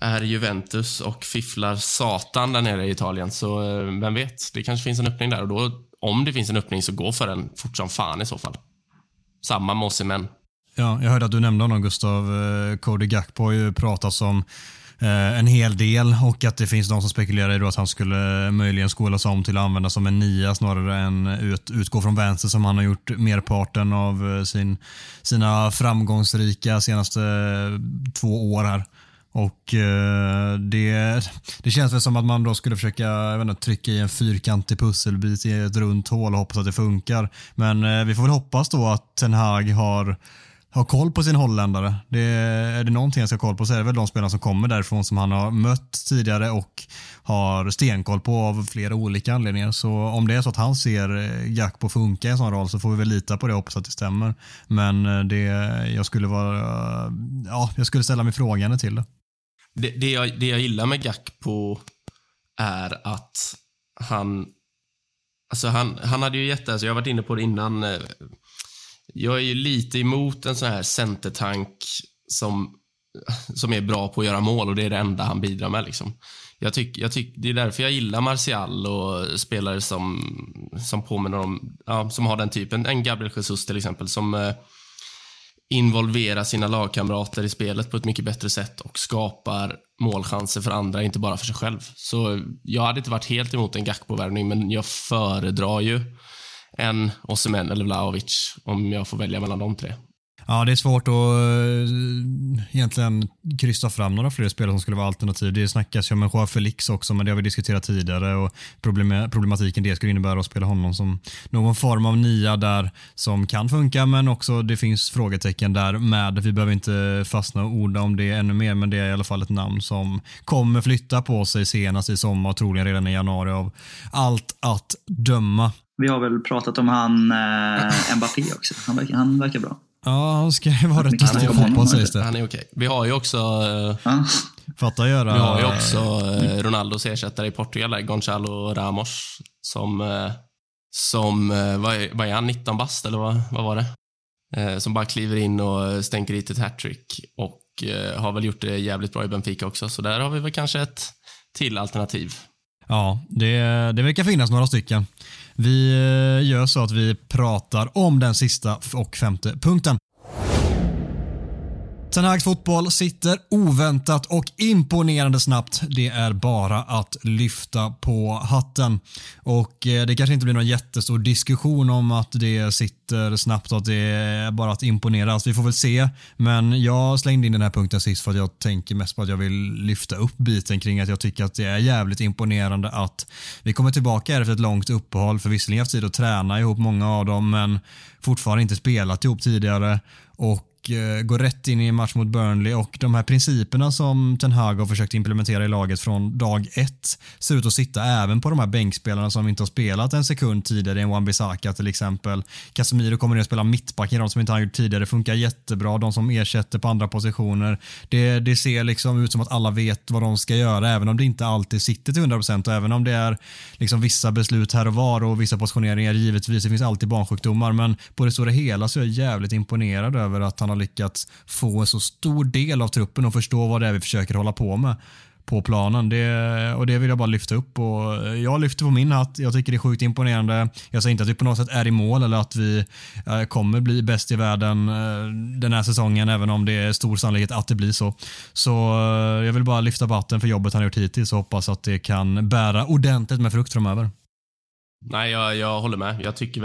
är Juventus och fifflar satan där nere i Italien. Så vem vet, det kanske finns en öppning där. Och då, om det finns en öppning så gå för den fort som fan i så fall. Samma med Osimhen. Ja, jag hörde att du nämnde honom, Gustav. Cody Gakpo har ju pratats om en hel del och att det finns de som spekulerar i då att han skulle möjligen skolas om till att använda som en nia snarare än utgå från vänster som han har gjort merparten av sina framgångsrika senaste 2 år här. Och det känns väl som att man då skulle försöka trycka i en fyrkantig pusselbit i ett runt hål och hoppas att det funkar. Men vi får väl hoppas då att Ten Hag har koll på sin holländare. Är det någonting jag ska ha koll på så är det väl de spelarna som kommer därifrån som han har mött tidigare och har stenkoll på av flera olika anledningar. Så om det är så att han ser Gakpo funka i en sån roll så får vi väl lita på det och hoppas att det stämmer. Men jag skulle ställa mig frågande till det. Det jag gillar med Gakpo är att han hade ju alltså jag har varit inne på det innan. Jag är ju lite emot en sån här centertank som är bra på att göra mål och det är det enda han bidrar med liksom. Jag tycker det är därför jag gillar Martial och spelare som påminner om som har den typen, en Gabriel Jesus till exempel, som involverar sina lagkamrater i spelet på ett mycket bättre sätt och skapar målchanser för andra, inte bara för sig själv. Så jag hade inte varit helt emot en Gakpo-värvning, men jag föredrar ju en Osimhen eller Vlahovic om jag får välja mellan de tre. Ja, det är svårt att egentligen krysta fram några fler spelare som skulle vara alternativ. Det snackas ju om en Joao Felix också, men det har vi diskuterat tidigare och problematiken det skulle innebära att spela honom som någon form av nia där som kan funka, men också det finns frågetecken där med. Vi behöver inte fastna och orda om det ännu mer, men det är i alla fall ett namn som kommer flytta på sig senast i sommar och troligen redan i januari av allt att döma. Vi har väl pratat om Mbappé också. Han verkar bra. Ja, han ska ju vara rätt duktig på fotboll, sägs det. Han är okej. Vi har ju också Fatta göra. Vi har ju också Ronaldos ersättare i Portugal, Gonçalo Ramos, som vad är han, 19 bast eller vad var det? Som bara kliver in och stänker hit ett hattrick och har väl gjort det jävligt bra i Benfica också. Så där har vi väl kanske ett till alternativ. Ja, det verkar finnas några stycken. Vi gör så att vi pratar om den sista och 5:e punkten. Ten Hags fotboll sitter oväntat och imponerande snabbt. Det är bara att lyfta på hatten. Och det kanske inte blir någon jättestor diskussion om att det sitter snabbt och att det är bara att imponera. Alltså, vi får väl se. Men jag slängde in den här punkten sist för att jag tänker mest på att jag vill lyfta upp biten kring att jag tycker att det är jävligt imponerande att vi kommer tillbaka efter ett långt uppehåll. För visserligen har haft tid att träna ihop många av dem, men fortfarande inte spelat ihop tidigare. Och går rätt in i en match mot Burnley och de här principerna som Ten Hag har försökt implementera i laget från dag 1 ser ut att sitta även på de här bänkspelarna som inte har spelat en sekund tidigare, en Wan-Bissaka till exempel. Casemiro kommer ner och spela mittback i de som inte har gjort tidigare, funkar jättebra. De som ersätter på andra positioner, det ser liksom ut som att alla vet vad de ska göra, även om det inte alltid sitter till 100% och även om det är liksom vissa beslut här och var och vissa positioneringar givetvis, det finns alltid barnsjukdomar, men på det stora hela så är jag jävligt imponerad över att han har lyckats få en så stor del av truppen och förstå vad det är vi försöker hålla på med på planen. Det vill jag bara lyfta upp och jag lyfter på min hatt. Jag tycker det är sjukt imponerande. Jag säger inte att vi på något sätt är i mål eller att vi kommer bli bäst i världen den här säsongen, även om det är stor sannolikhet att det blir så. Så jag vill bara lyfta på hatten för jobbet han har gjort hittills och hoppas att det kan bära ordentligt med frukt framöver. Nej, jag håller med. Jag tycker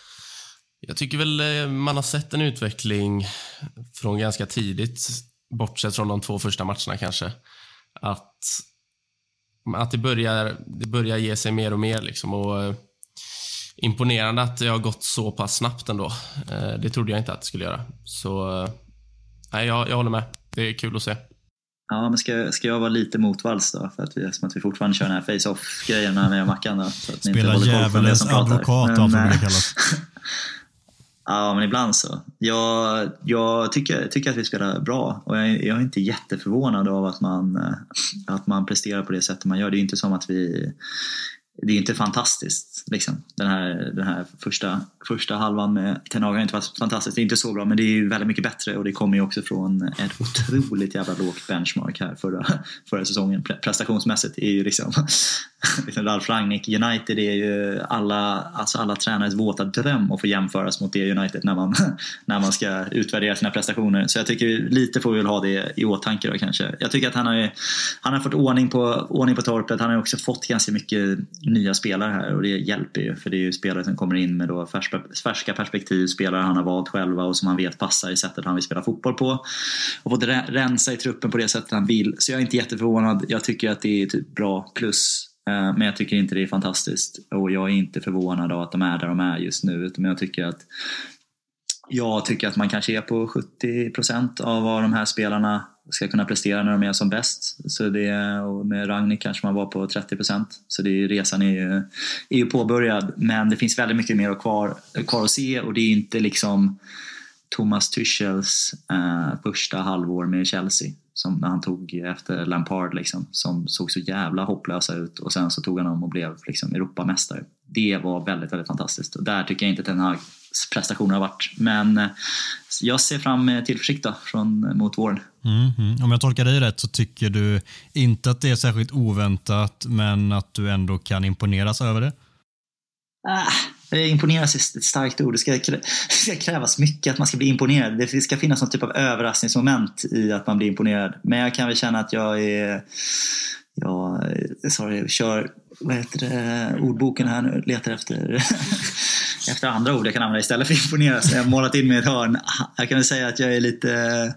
väl man har sett en utveckling från ganska tidigt, bortsett från de 2 första matcherna kanske, att det börjar ge sig mer och mer liksom, och imponerande att det har gått så pass snabbt ändå. Det trodde jag inte att det skulle göra. Så nej, jag håller med. Det är kul att se. Ja, men ska jag vara lite motvalls då? För att vi fortfarande kör den här face-off-grejerna med Mackan då. Så att spela djävulens advokat av det kallas. Ja, men ibland så. Jag tycker att vi spelar bra och jag är inte jätteförvånad av att man presterar på det sättet man gör. Det är inte som att vi det är inte fantastiskt liksom. Den här första halvan med Ten Hag har inte varit fantastiskt. Det är inte så bra, men det är ju väldigt mycket bättre, och det kommer ju också från ett otroligt jävla lågt benchmark här förra säsongen. Prestationsmässigt är ju liksom Ralf Rangnick United är ju alla tränares våta dröm att få jämföras mot det United när man ska utvärdera sina prestationer. Så jag tycker lite får vi väl ha det i åtanke då kanske. Jag tycker att han har fått ordning på torpet. Han har också fått ganska mycket nya spelare här, och det hjälper ju, för det är ju spelare som kommer in med då färska perspektiv, spelare han har valt själva och som han vet passar i sättet han vill spela fotboll på, och fått rensa i truppen på det sättet han vill. Så jag är inte jätteförvånad. Jag tycker att det är typ bra plus, men jag tycker inte det är fantastiskt, och jag är inte förvånad av att de är där de är just nu, utan jag tycker att man kanske är på 70% av vad de här spelarna ska kunna prestera när de är som bäst. Så och med Rangnick kanske man var på 30%. Så resan är ju påbörjad, men det finns väldigt mycket mer kvar att se, och det är inte liksom Thomas Tuchels första halvår med Chelsea som när han tog efter Lampard liksom, som såg så jävla hopplösa ut, och sen så tog han om och blev liksom Europamästare. Det var väldigt, väldigt fantastiskt, och där tycker jag inte att Ten Hags prestationer har varit, men jag ser fram med tillförsikt mot våren. Om jag tolkar dig rätt så tycker du inte att det är särskilt oväntat, men att du ändå kan imponeras över det? Imponeras är ett starkt ord. Det ska krävas mycket att man ska bli imponerad. Det ska finnas någon typ av överraskningsmoment i att man blir imponerad. Men jag kan väl känna att jag kör ordboken här nu, letar efter andra ord jag kan använda istället för imponera. Så jag har målat in mig i ett hörn. Jag kan väl säga att jag är lite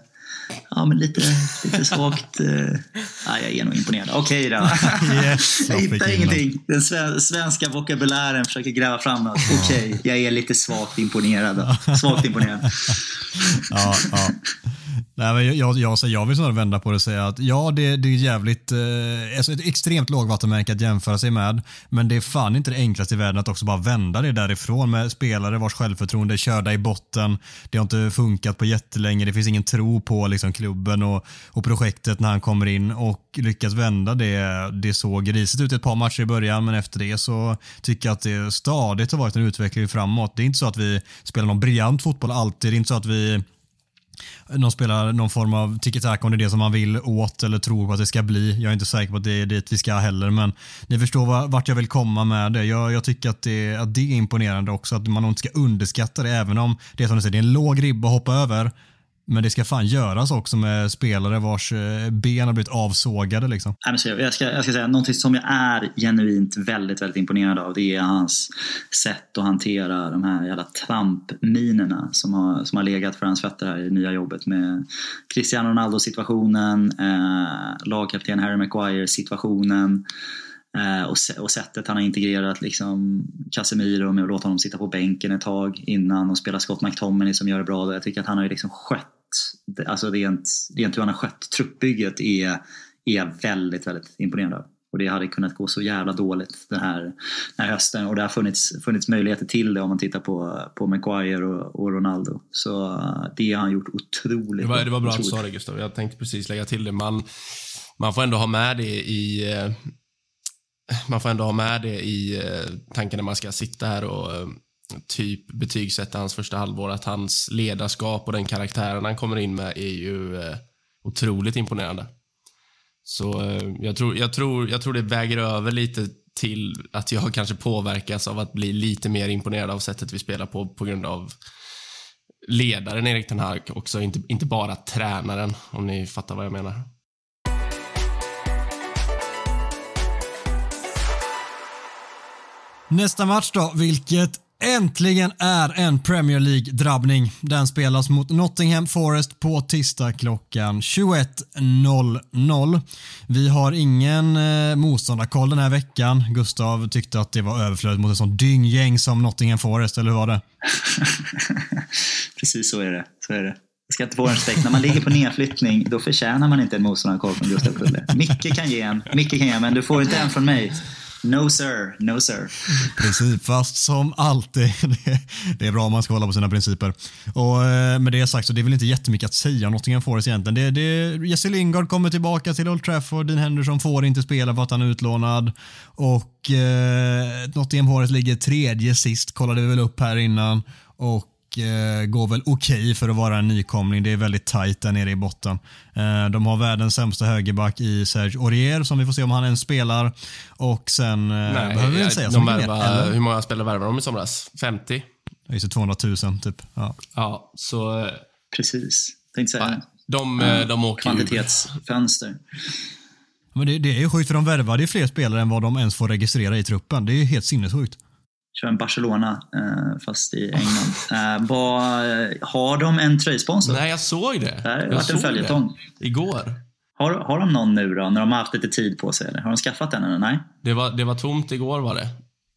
svagt. Jag är nog imponerad. Okej då. Yes, jag hittar ingenting. Den svenska vokabulären försöker gräva fram något. Okej, jag är lite svagt imponerad då. Svagt imponerad. Ja. Nej, men jag vill snarare vända på det och säga att det är jävligt ett extremt lågvattenmärke att jämföra sig med, men det är fan inte det enklaste i världen att också bara vända det därifrån med spelare vars självförtroende är körda i botten. Det har inte funkat på jättelänge, det finns ingen tro på liksom klubben och projektet när han kommer in, och lyckas vända det såg grisigt ut ett par matcher i början, men efter det så tycker jag att det stadigt har varit en utveckling framåt. Det är inte så att vi spelar någon briljant fotboll alltid, det är inte så att de spelar någon form av tiki-taka om det är det som man vill åt eller tror på att det ska bli. Jag är inte säker på att det är dit vi ska heller, men ni förstår vart jag vill komma med det. Jag tycker att det är imponerande också, att man inte ska underskatta det, även om det är som du säger, det är en låg ribba att hoppa över. Men det ska fan göras också med spelare vars ben har blivit avsågade liksom. Jag ska säga någonting som jag är genuint väldigt, väldigt imponerad av. Det är hans sätt att hantera de här jävla trampminerna som har legat för hans fötter här i nya jobbet med Cristiano Ronaldo-situationen, lagkapten Harry Maguire-situationen. Och sättet han har integrerat liksom Casemiro med att låta honom sitta på bänken ett tag innan och spela Scott McTominay som gör det bra. Jag tycker att han har ju liksom skött, alltså rent hur han har skött truppbygget är väldigt, väldigt imponerande av. Och det hade kunnat gå så jävla dåligt den här hösten, och det har funnits möjligheter till det om man tittar på Maguire och Ronaldo. Så det har han gjort otroligt. Det var bra att du sa det, Gustav. Jag tänkte precis lägga till det. Man får ändå ha med det i tanken när man ska sitta här och typ betygsätta hans första halvår, att hans ledarskap och den karaktären han kommer in med är ju otroligt imponerande. Så jag tror det väger över lite till att jag kanske påverkas av att bli lite mer imponerad av sättet vi spelar på grund av ledaren Erik Ten Hag också, inte bara tränaren, om ni fattar vad jag menar. Nästa match då, vilket äntligen är en Premier League-drabbning. Den spelas mot Nottingham Forest på tisdag klockan 21.00. Vi har ingen motståndarkoll den här veckan. Gustav tyckte att det var överflödigt mot en sån dynggäng som Nottingham Forest, eller hur var det? Precis så är det. Jag ska inte få en respekt. När man ligger på nedflyttning, då förtjänar man inte en motståndarkoll från Gustav Kulle. Micke kan ge en, men du får inte en från mig. No sir, no sir. Principfast som alltid. Det är bra om man ska hålla på sina principer. Och med det sagt så det är väl inte jättemycket att säga om Nottingham Forest egentligen. Jesse Lingard kommer tillbaka till Old Trafford. Dean Henderson får inte spela för att han är utlånad. Och Nottingham Forest ligger 3:e sist, kollade vi väl upp här innan. Och går väl okej för att vara en nykomling. Det är väldigt tajt där nere i botten. De har världens sämsta högerback i Serge Aurier som vi får se om han ens spelar. Och sen behöver vi säga så mycket mer. Hur många spelare värvar de i somras? 50? Det är så 200 000 typ. Ja, så... Precis, tänkte säga. De åker kvantitetsfönster. Men det är ju sjukt för de värvar. Det är fler spelare än vad de ens får registrera i truppen. Det är ju helt sinnessjukt. Kör en Barcelona fast i England. Har de en tröjsponsor? Nej, jag såg det. Det har varit en följetong. Igår. Har de någon nu då, när de har haft lite tid på sig? Eller? Har de skaffat den eller nej? Det var tomt igår var det.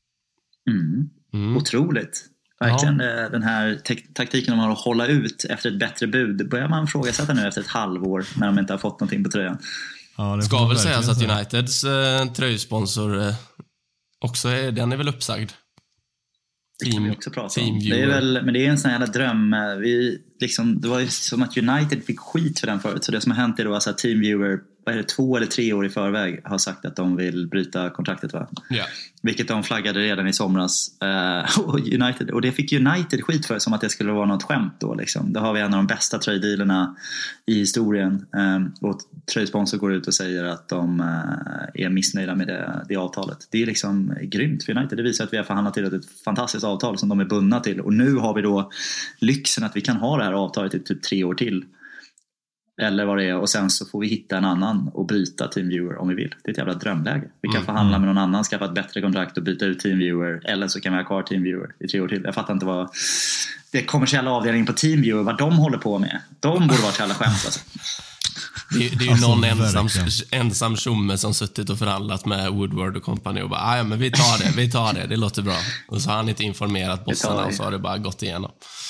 Otroligt. Verkligen den här taktiken de har att hålla ut efter ett bättre bud. Börjar man frågasätta nu efter ett halvår när de inte har fått någonting på tröjan. Ja, ska väl sägas att Uniteds tröjsponsor också den är väl uppsagd. Det kan vi också prata om. Det är väl, men det är en sån jävla dröm. Det var ju som att United fick skit för den förut. Så det som har hänt är då alltså att TeamViewer 2 eller 3 år i förväg har sagt att de vill bryta kontraktet, va? Yeah. Vilket de flaggade redan i somras. Och det fick United skit för, som att det skulle vara något skämt då liksom. Då har vi en av de bästa tröjdealerna i historien. Och tröjsponsor går ut och säger att de är missnöjda med det avtalet. Det är liksom grymt för United. Det visar att vi har förhandlat till ett fantastiskt avtal som de är bundna till. Och nu har vi då lyxen att vi kan ha det här avtalet i typ 3 år till. Eller vad det är. Och sen så får vi hitta en annan och bryta TeamViewer om vi vill. Det är ett jävla drömläge. Vi kan förhandla med någon annan, skaffa ett bättre kontrakt och byta ut TeamViewer. Eller så kan vi ha kvar TeamViewer i 3 år till. Jag fattar inte vad det kommersiella avdelningen på TeamViewer, vad de håller på med. De borde vara ett jävla skämt alltså. Det är ju någon ensam tjomme som suttit och förhandlat med Woodward och company och bara, men vi tar det låter bra. Och så har han inte informerat bossarna och så har det bara gått igenom.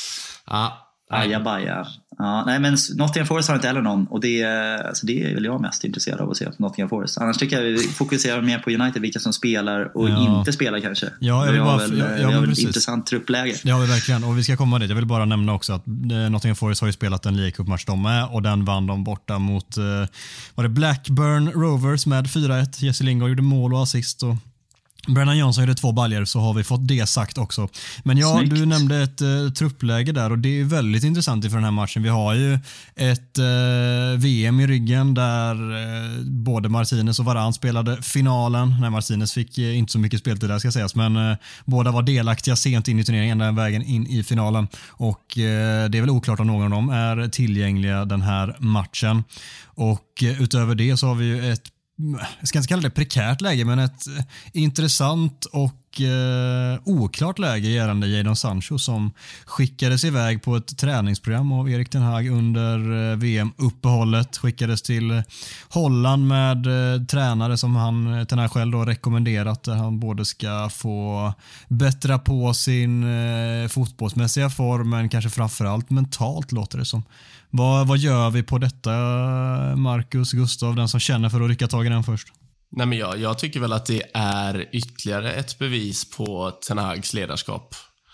Ajabaja. Ja, nej, men Nottingham Forest har inte heller någon. Och det är väl jag mest intresserad av att se Nottingham Forest. Annars tycker jag vi fokuserar mer på United, vilka som spelar och inte spelar kanske. Ja, vi har väl ett intressant truppläge. Det har vi verkligen, och vi ska komma dit. Jag vill bara nämna också att Nottingham Forest har ju spelat en League Cup-match de med, och den vann de borta mot var det Blackburn Rovers med 4-1. Jesse Lingard gjorde mål och assist och Brennan Johnson gjorde 2 baljor, så har vi fått det sagt också. Men ja, snyggt. Du nämnde ett truppläge där, och det är väldigt intressant inför den här matchen. Vi har ju ett VM i ryggen där både Martinez och Varane spelade finalen. Nej, Martinez fick inte så mycket speltid där ska sägas, men båda var delaktiga sent in i turneringen, den vägen in i finalen. Och det är väl oklart om någon av dem är tillgängliga den här matchen. Och utöver det så har vi ju ett, jag ska inte kalla det prekärt läge, men ett intressant och oklart läge gällande Jadon Sancho, som skickades iväg på ett träningsprogram av Erik ten Hag under VM-uppehållet. Skickades till Holland med tränare som ten Hag själv då rekommenderat, där han både ska få bättra på sin fotbollsmässiga form, men kanske framförallt mentalt, låter det som. Vad gör vi på detta, Marcus, Gustav, den som känner för att rycka tag i den först? Nej, men jag tycker väl att det är ytterligare ett bevis på ten Hags ledarskap.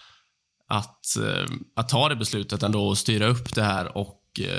Att ta det beslutet ändå och styra upp det här och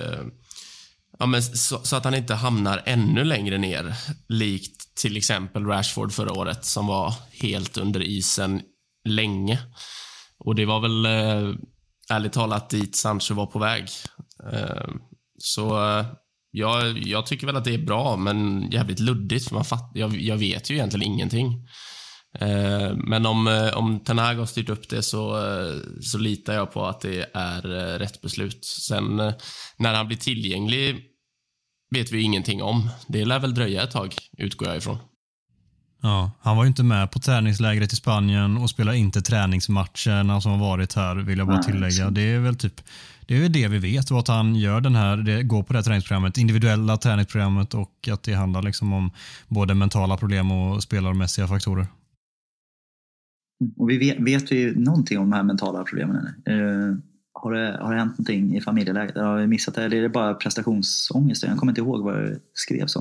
så att han inte hamnar ännu längre ner, likt till exempel Rashford förra året som var helt under isen länge. Och det var väl ärligt talat dit Sancho var på väg. Så jag tycker väl att det är bra, men jävligt luddigt, för jag vet ju egentligen ingenting. Men om ten Hag har styrt upp det så litar jag på att det är rätt beslut. Sen när han blir tillgänglig vet vi ingenting om. Det lär väl dröja ett tag, utgår jag ifrån. Ja, han var ju inte med på träningslägret i Spanien och spelar inte träningsmatcherna som har varit här, vill jag bara tillägga. Det är väl det vi vet, och att han gör går på det här träningsprogrammet, individuella träningsprogrammet, och att det handlar liksom om både mentala problem och spelarmässiga faktorer. Och vet vi någonting om de här mentala problemen? Har det hänt någonting i familjeläget? Har vi missat det? Eller är det bara prestationsångest? Jag kommer inte ihåg vad det skrevs om det.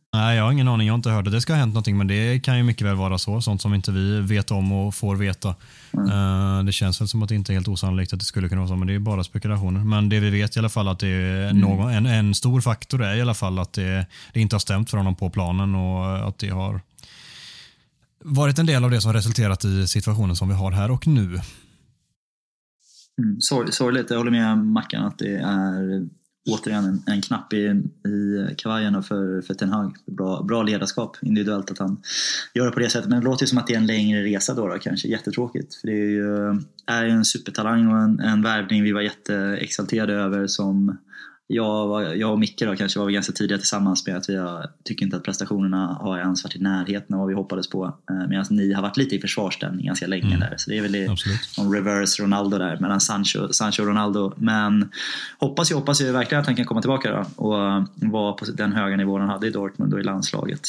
Nej, jag har ingen aning, jag har inte hört det ska ha hänt någonting, men det kan ju mycket väl vara så, sånt som inte vi vet om och får veta. Det känns väl som att det inte är helt osannolikt att det skulle kunna vara så, men det är bara spekulationer. Men det vi vet i alla fall att det är en stor faktor är i alla fall att det inte har stämt för honom på planen och att det har varit en del av det som resulterat i situationen som vi har här och nu. Sorgligt, jag håller med Mackan att det är återigen en knapp i kavajerna för Ten Hag. Bra ledarskap individuellt att han gör det på det sättet, men det låter ju som att det är en längre resa då kanske. Jättetråkigt, för det är ju en supertalang och en värvning vi var jätteexalterade över, som jag och Micke då kanske var vi ganska tidiga tillsammans med att vi tycker inte att prestationerna har ens varit i närheten av vad vi hoppades på, medan ni har varit lite i försvarsställning ganska länge där, så det är väl någon reverse Ronaldo där mellan Sancho och Ronaldo, men hoppas ju verkligen att han kan komma tillbaka då och vara på den höga nivån han hade i Dortmund och i landslaget,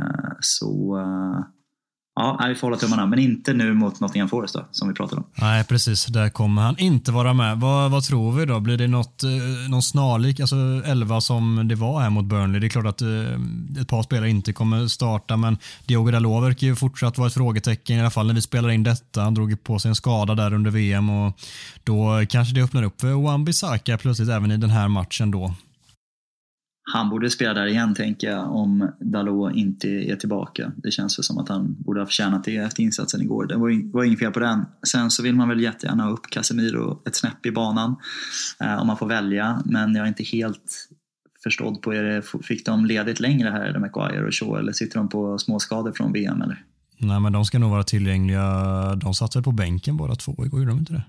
ja, vi får hålla tummarna, men inte nu mot Nottingham Forest då, som vi pratade om. Nej, precis. Där kommer han inte vara med. Vad tror vi då? Blir det någon snarlik, alltså 11 som det var här mot Burnley? Det är klart att ett par spelare inte kommer starta, men Diogo Dalot verkar ju fortsatt vara ett frågetecken, i alla fall när vi spelar in detta. Han drog på sig en skada där under VM och då kanske det öppnar upp för Wan-Bissaka plötsligt även i den här matchen då. Han borde spela där igen, tänker jag, om Dalot inte är tillbaka. Det känns väl som att han borde ha förtjänat det efter insatsen igår. Det var inget fel på den. Sen så vill man väl jättegärna ha upp Casemiro ett snäpp i banan om man får välja. Men jag är inte helt förstådd på fick de ledigt längre här, eller Maguire och Shaw, eller sitter de på små skador från VM eller? Nej, men de ska nog vara tillgängliga. De satt väl på bänken båda två igår, gjorde de inte det?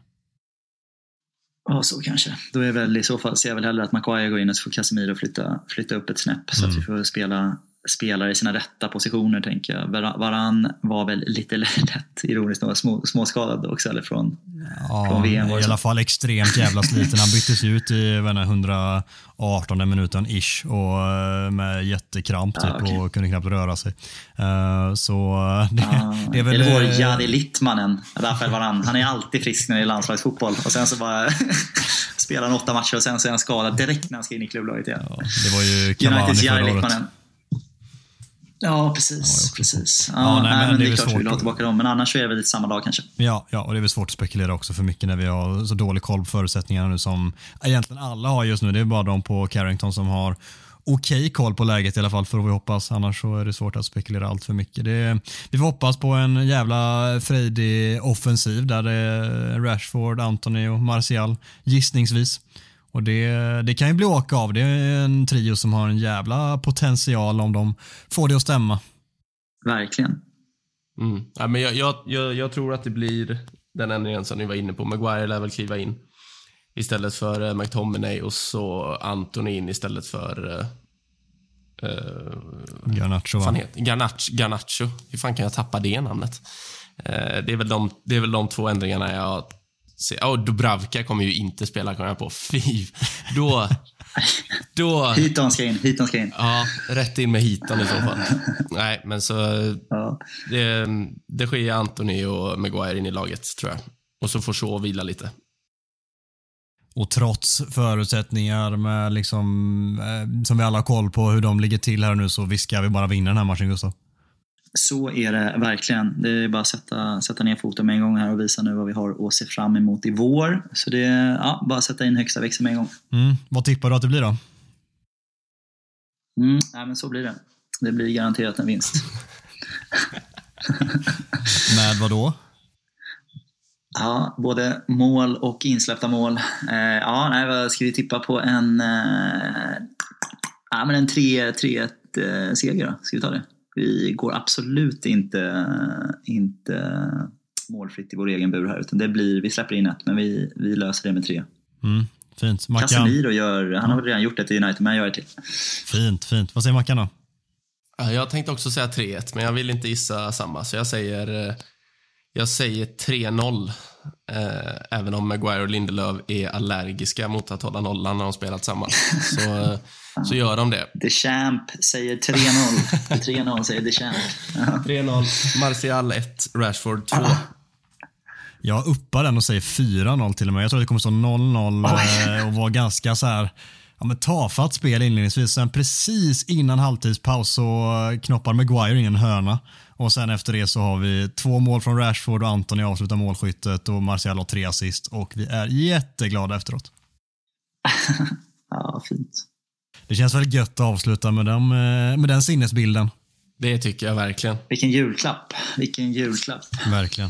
Ja, så kanske. Då är väl i så fall, ser jag väl hellre att Maguire går in och så får Casemiro flytta upp ett snäpp så att vi får spela i sina rätta positioner, tänker jag. Varann var väl lite lätt ironiskt nog småskadad också, eller från VM. I alla fall extremt jävla sliten. Han byttes ut i 118 minuten ish och med jättekramp typ, okay. Och kunde knappt röra sig. Så det är väl... Eller vår Jari Littmanen, Rafael Varann. Han är alltid frisk när det är landslagsfotboll och sen så bara spelar han 8 matcher och sen så är han skadad direkt när han ska in i klubblaget igen. Ja, det var ju Cavani förra året. Ja, precis. Men det är klart vi vill ha tillbaka dem, men annars så är det väl lite samma dag kanske. Ja, och det är väl svårt att spekulera också för mycket när vi har så dålig koll på förutsättningarna nu som egentligen alla har just nu. Det är bara de på Carrington som har okej koll på läget i alla fall, för att vi hoppas. Annars så är det svårt att spekulera allt för mycket. Vi får hoppas på en jävla frejdig offensiv där det är Rashford, Antony och Martial gissningsvis. Och det kan ju bli åka av. Det är en trio som har en jävla potential om de får det att stämma. Verkligen. Ja, men jag tror att det blir den ändringen som ni var inne på. Maguire lär väl kliva in istället för McTominay och så Antony in istället för Garnacho. Garnacho. Hur fan kan jag tappa det namnet? Det är väl de två ändringarna jag Dubravka kommer ju inte spela, kommer jag på. Fy. Då Hiton ska in. Ja, rätt in med Hiton i så fall. Nej, men så det sker Antony och Maguire in i laget, tror jag. Och så får Shaw vila lite. Och trots förutsättningar med liksom, som vi alla har koll på hur de ligger till här nu, så vi ska bara vinna den här matchen, Gustav. Så är det verkligen. Det är bara att sätta ner foten med en gång här och visa nu vad vi har att se fram emot i vår. Så det är bara att sätta in högsta växeln med en gång. Vad tippar du att det blir då? Nej, men så blir det. Det blir garanterat en vinst. Med vad då? Ja, både mål och insläppta mål. Vad ska vi tippa på? En 3-1 seger då. Ska vi ta det? Vi går absolut inte målfritt i vår egen bur här, utan vi släpper in 1, men vi löser det med 3. Fint. Casemiro han har väl redan gjort det till United, men jag gör det till. Fint. Vad säger Mackan då? Jag tänkte också säga 3-1, men jag vill inte gissa samma, så jag säger 3-0. Även om Maguire och Lindelöf är allergiska mot att hålla nollan när de spelat samman, så gör de det. The Champ säger 3-0. 3-0 säger The Champ. 3-0, Martial 1, Rashford 2. Jag uppar den och säger 4-0 till och med. Jag tror att det kommer stå 0-0 och vara ganska så här. men tafatt spel inledningsvis. Sen precis innan halvtidspaus så knoppar Maguire in en hörna. Och sen efter det så har vi 2 mål från Rashford och Antony avslutar målskyttet och Martial har 3 assist. Och vi är jätteglada efteråt. Ja, fint. Det känns väl gött att avsluta med den sinnesbilden. Det tycker jag verkligen. Vilken julklapp. Verkligen.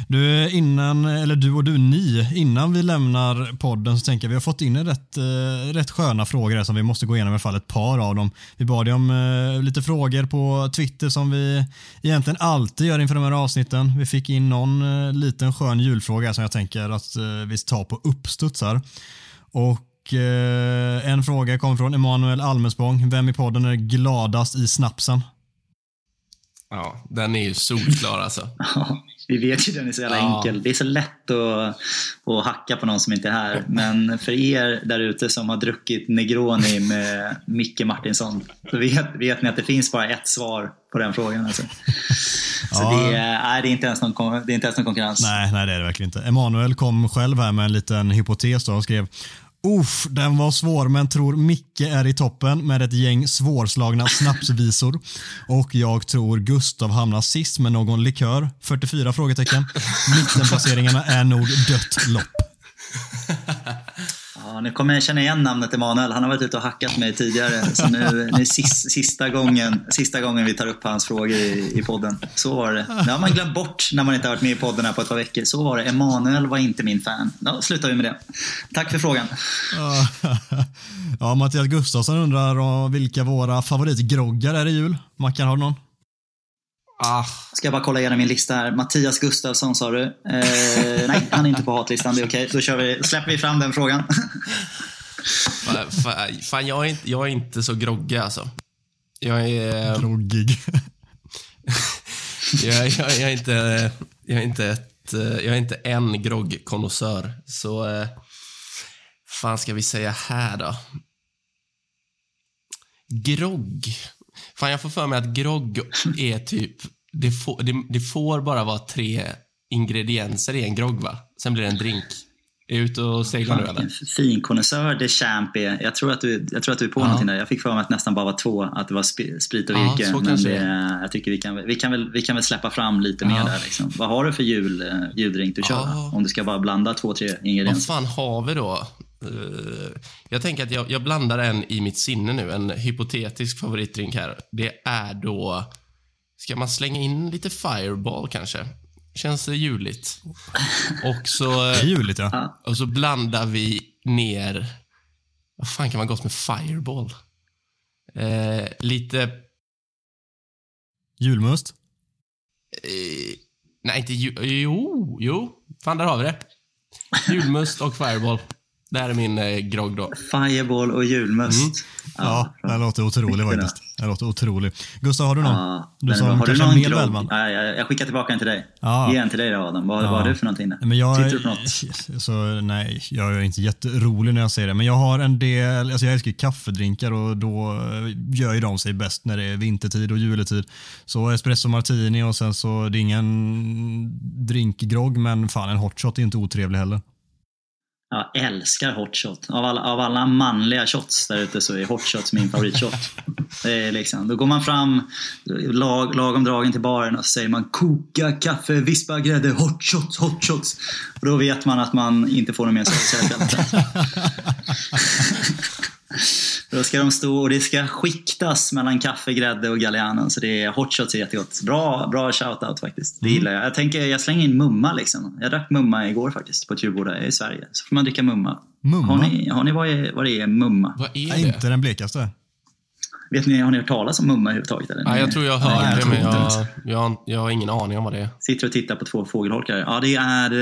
Innan vi lämnar podden så tänker jag vi har fått in en rätt sköna frågor här som vi måste gå igenom i alla fall ett par av dem. Vi bad ju om lite frågor på Twitter som vi egentligen alltid gör inför de här avsnitten. Vi fick in någon liten skön julfråga som jag tänker att vi tar på uppstudsar. Och en fråga kommer från Emanuel Almesbong. Vem i podden är gladast i snapsen? Ja, den är ju solklar alltså. Ja, vi vet ju den är så jävla enkel. Det är så lätt att hacka på någon som inte är här. Men för er där ute som har druckit Negroni med Micke Martinsson, så vet ni att det finns bara ett svar på den frågan. Alltså. Så det är inte ens någon konkurrens. Nej, det är det verkligen inte. Emanuel kom själv här med en liten hypotes då och skrev: den var svår, men tror Micke är i toppen med ett gäng svårslagna snapsvisor. Och jag tror Gustav hamnar sist med någon likör. 44 frågetecken. Mittenplaceringarna är nog dött lopp. Ja, nu kommer jag känna igen namnet Emanuel. Han har varit ute och hackat mig tidigare. Så nu är sista gången vi tar upp hans frågor i podden. Så var det. Det har man glömt bort när man inte har varit med i podden här på ett par veckor. Så var det. Emanuel var inte min fan. Då slutar vi med det. Tack för frågan. Ja, Mattias Gustafsson undrar vilka våra favoritgroggar är i jul. Mackan, har du någon? Ska jag bara kolla igenom min lista här. Mattias Gustafsson sa du. Nej, han är inte på hatlistan. Det är okej. Då släpper vi fram den frågan. Fan, jag är inte så groggig alltså. Jag är groggig. jag är inte en groggkonnässör. Så fan ska vi säga här då? Grogg. Fan, jag får för mig att grogg är typ det får bara vara 3 ingredienser i en grogg, va? Sen blir det en drink. Är du ute och seglar nu eller? Fin konnässör det champ är. Jag tror att du är på någonting där. Jag fick för mig att nästan bara var 2, att det var sprit och virke. Men jag tycker vi kan väl släppa fram lite mer där liksom. Vad har du för juldrink du kör? Om du ska bara blanda 2-3 ingredienser. Vad fan har vi då? Jag tänker att jag blandar en i mitt sinne nu. En hypotetisk favoritdrink här. Det är då... Ska man slänga in lite Fireball kanske? Känns det juligt. Och så... Det är juligt, ja. Och så blandar vi ner... Vad fan kan man gott med Fireball? Lite... Julmust? Nej, inte Jo. Fan, där har vi det. Julmust och Fireball. Det här är min grogg då. Fireball och julmust. Ja, det låter otroligt faktiskt. Det låter otroligt. Gustav, har du någon? Har du någon grogg? Jag skickar tillbaka en till dig. Ge en till dig då, Adam. Vad har du för någonting? Sitter du på något? Nej, jag är inte jätterolig när jag säger det. Men jag har en del, alltså jag älskar kaffedrinkar och då gör ju de sig bäst när det är vintertid och juletid. Så espresso martini och sen så det är ingen drinkgrogg, men fan, en hotshot är inte otrevlig heller. Jag älskar hotshot. Av alla manliga shots där ute så är hotshots min favoritshot. Det är liksom, då går man fram lagom dragen till baren och så säger man koka, kaffe, vispa, grädde, hotshots. Och då vet man att man inte får någon mer säkerhet. Då ska de stå och det ska skiktas mellan kaffe, grädde och Gallianen. Så det är hotshots är jättegott. Bra shoutout faktiskt. Det gillar jag. Jag tänker jag slänger in mumma liksom. Jag drack mumma igår faktiskt på ett julbord i Sverige. Så får man dricka mumma. Har ni vad det är mumma? Vad är det? Inte den blekaste. Vet ni, har ni hört talas om mumma överhuvudtaget? Eller? Ja, jag tror jag har hört det, men jag har ingen aning om vad det är. Sitter och tittar på 2 fågelholkar. Ja, det är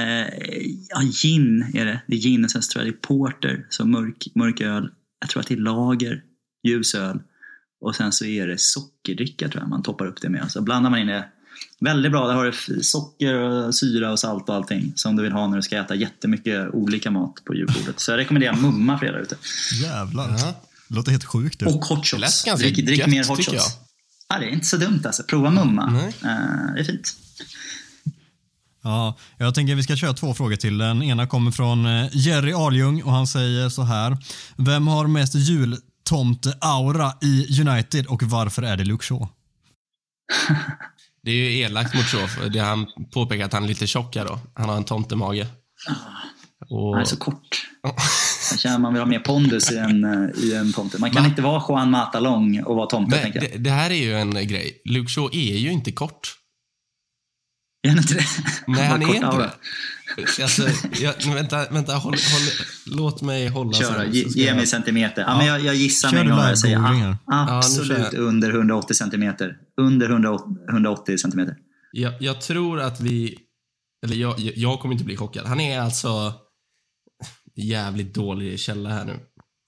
gin är det. Det är gin och sen tror jag det är porter. Så mörk öl. Jag tror att det är lager, ljusöl. Och sen så är det sockerdricka tror jag man toppar upp det med. Så blandar man in det. Väldigt bra, där har du socker och syra och salt och allting som du vill ha när du ska äta jättemycket olika mat på julbordet. Så jag rekommenderar mumma för er där ute. Jävlar. Det låter helt sjukt. Och hotshots. Drick mer hotshots. Ja, det är inte så dumt alltså. Prova mumma. Det är fint. Ja, jag tänker att vi ska köra 2 frågor till. Den ena kommer från Jerry Aljung och han säger så här. Vem har mest jultomte-aura i United och varför är det Luke Shaw? Det är ju elakt mot Shaw. Det han påpekar att han är lite tjockare då. Han har en tomtemage. Han är så kort. Jag känner att man vill ha mer pondus i en tomte. Man kan inte vara Juan Mata lång och vara tomte, tänker jag. Det här är ju en grej. Luke Shaw är ju inte kort. Är han inte det? Nej, han är inte det. Alltså, vänta, låt mig hålla. Köra, ge mig centimeter. Ja, men jag gissar mig någon och säger absolut under 180 centimeter. Under 180 centimeter. Jag tror att jag kommer inte bli chockad. Han är alltså jävligt dålig källa här nu.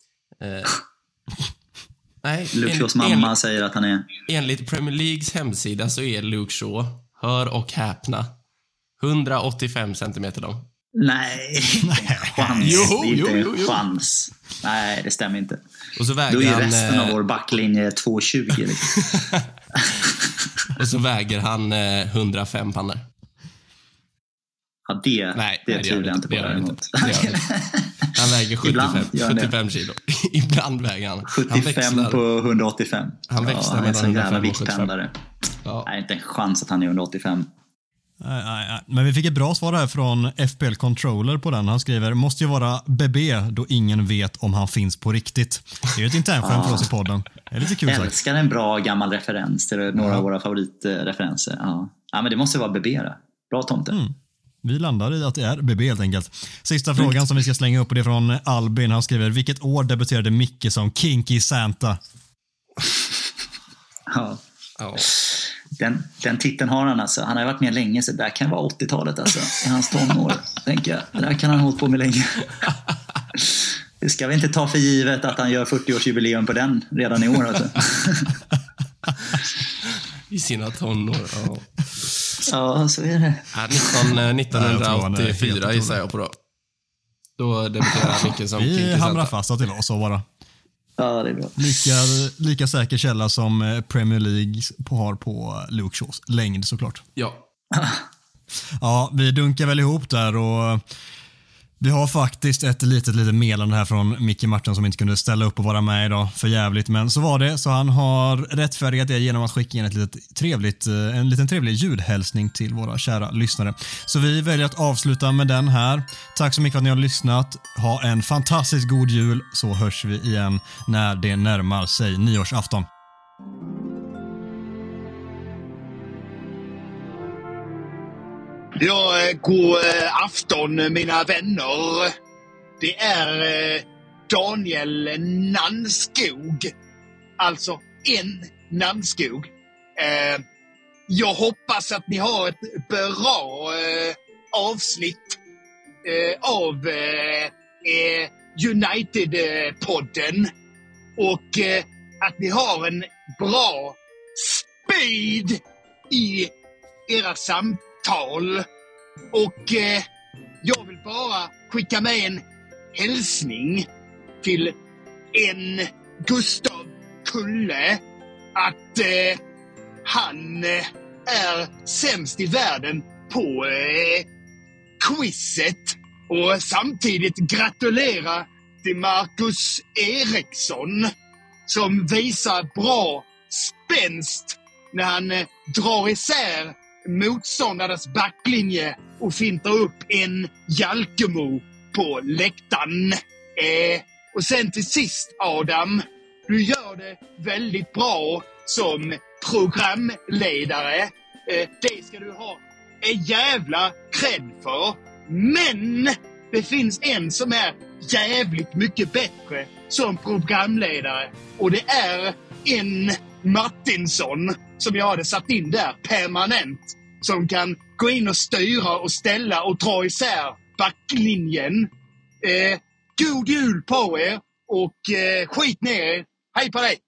Nej, Luke Shaws mamma säger att han är... Enligt Premier Leagues hemsida så är Luke Shaw, hör och häpna, 185 centimeter lång. Nej, chans. Jo. Chans. Nej, det stämmer inte. Och så väger då är ju resten av vår backlinje 2,20 liksom. Och så väger han 105 pannor. Ja, det tror jag inte på. Han väger 75 kilo. Ibland väger han. 75 på 185. Han växlar med en jävla viktpendlare. Nej, inte en chans att han är 185. Nej. Men vi fick ett bra svar här från FPL Controller på den. Han skriver, måste ju vara BB då ingen vet om han finns på riktigt. Det är ju ett internskämt för oss i podden. Det är lite kul. Jag älskar en bra gammal referens till några av våra favoritreferenser. Ja, men det måste ju vara BB då. Bra tomte. Vi landar i att det är BB helt enkelt. Sista frågan som vi ska slänga upp, och det är från Albin. Han skriver, vilket år debuterade Micke som Kinky Santa? Ja. Den titeln har han alltså. Han har varit med länge, så där kan vara 80-talet alltså. I hans tonår, tänker jag. Det där kan han ha hållit på med länge. Det ska vi inte ta för givet att han gör 40-årsjubileum på den redan i år alltså. I sina tonår, ja. Ja, så är det. 1984 gissar jag på då. Då debuterade Micke som Kinky Santa. Vi hamrar fast att det var så bara. Ja, det är bra. Lika säker källa som Premier League har på Luke Shaws längd såklart. Ja. Ja, vi dunkar väl ihop där och vi har faktiskt ett litet meddelande här från Micke Martin som inte kunde ställa upp och vara med idag för jävligt, men så var det. Så han har rättfärdigat det genom att skicka in en liten trevlig ljudhälsning till våra kära lyssnare. Så vi väljer att avsluta med den här. Tack så mycket för att ni har lyssnat. Ha en fantastiskt god jul, så hörs vi igen när det närmar sig nyårsafton. Ja, god afton mina vänner. Det är Daniel Nannskog. Alltså en Nannskog. Jag hoppas att ni har ett bra avsnitt av United-podden. Och att ni har en bra speed i era samtal. Och jag vill bara skicka med en hälsning till en Gustav Kulle att han är sämst i världen på quizet, och samtidigt gratulera till Marcus Eriksson som visar bra spänst när han drar isär motståndarnas backlinje och fintar upp en Jalkemo på läktaren. Och sen till sist, Adam, du gör det väldigt bra som programledare. Det ska du ha en jävla cred för. Men det finns en som är jävligt mycket bättre som programledare, och det är en Martinsson som jag hade satt in där permanent, som kan gå in och styra och ställa och dra isär backlinjen. God jul på er och skit ner er. Hej på dig!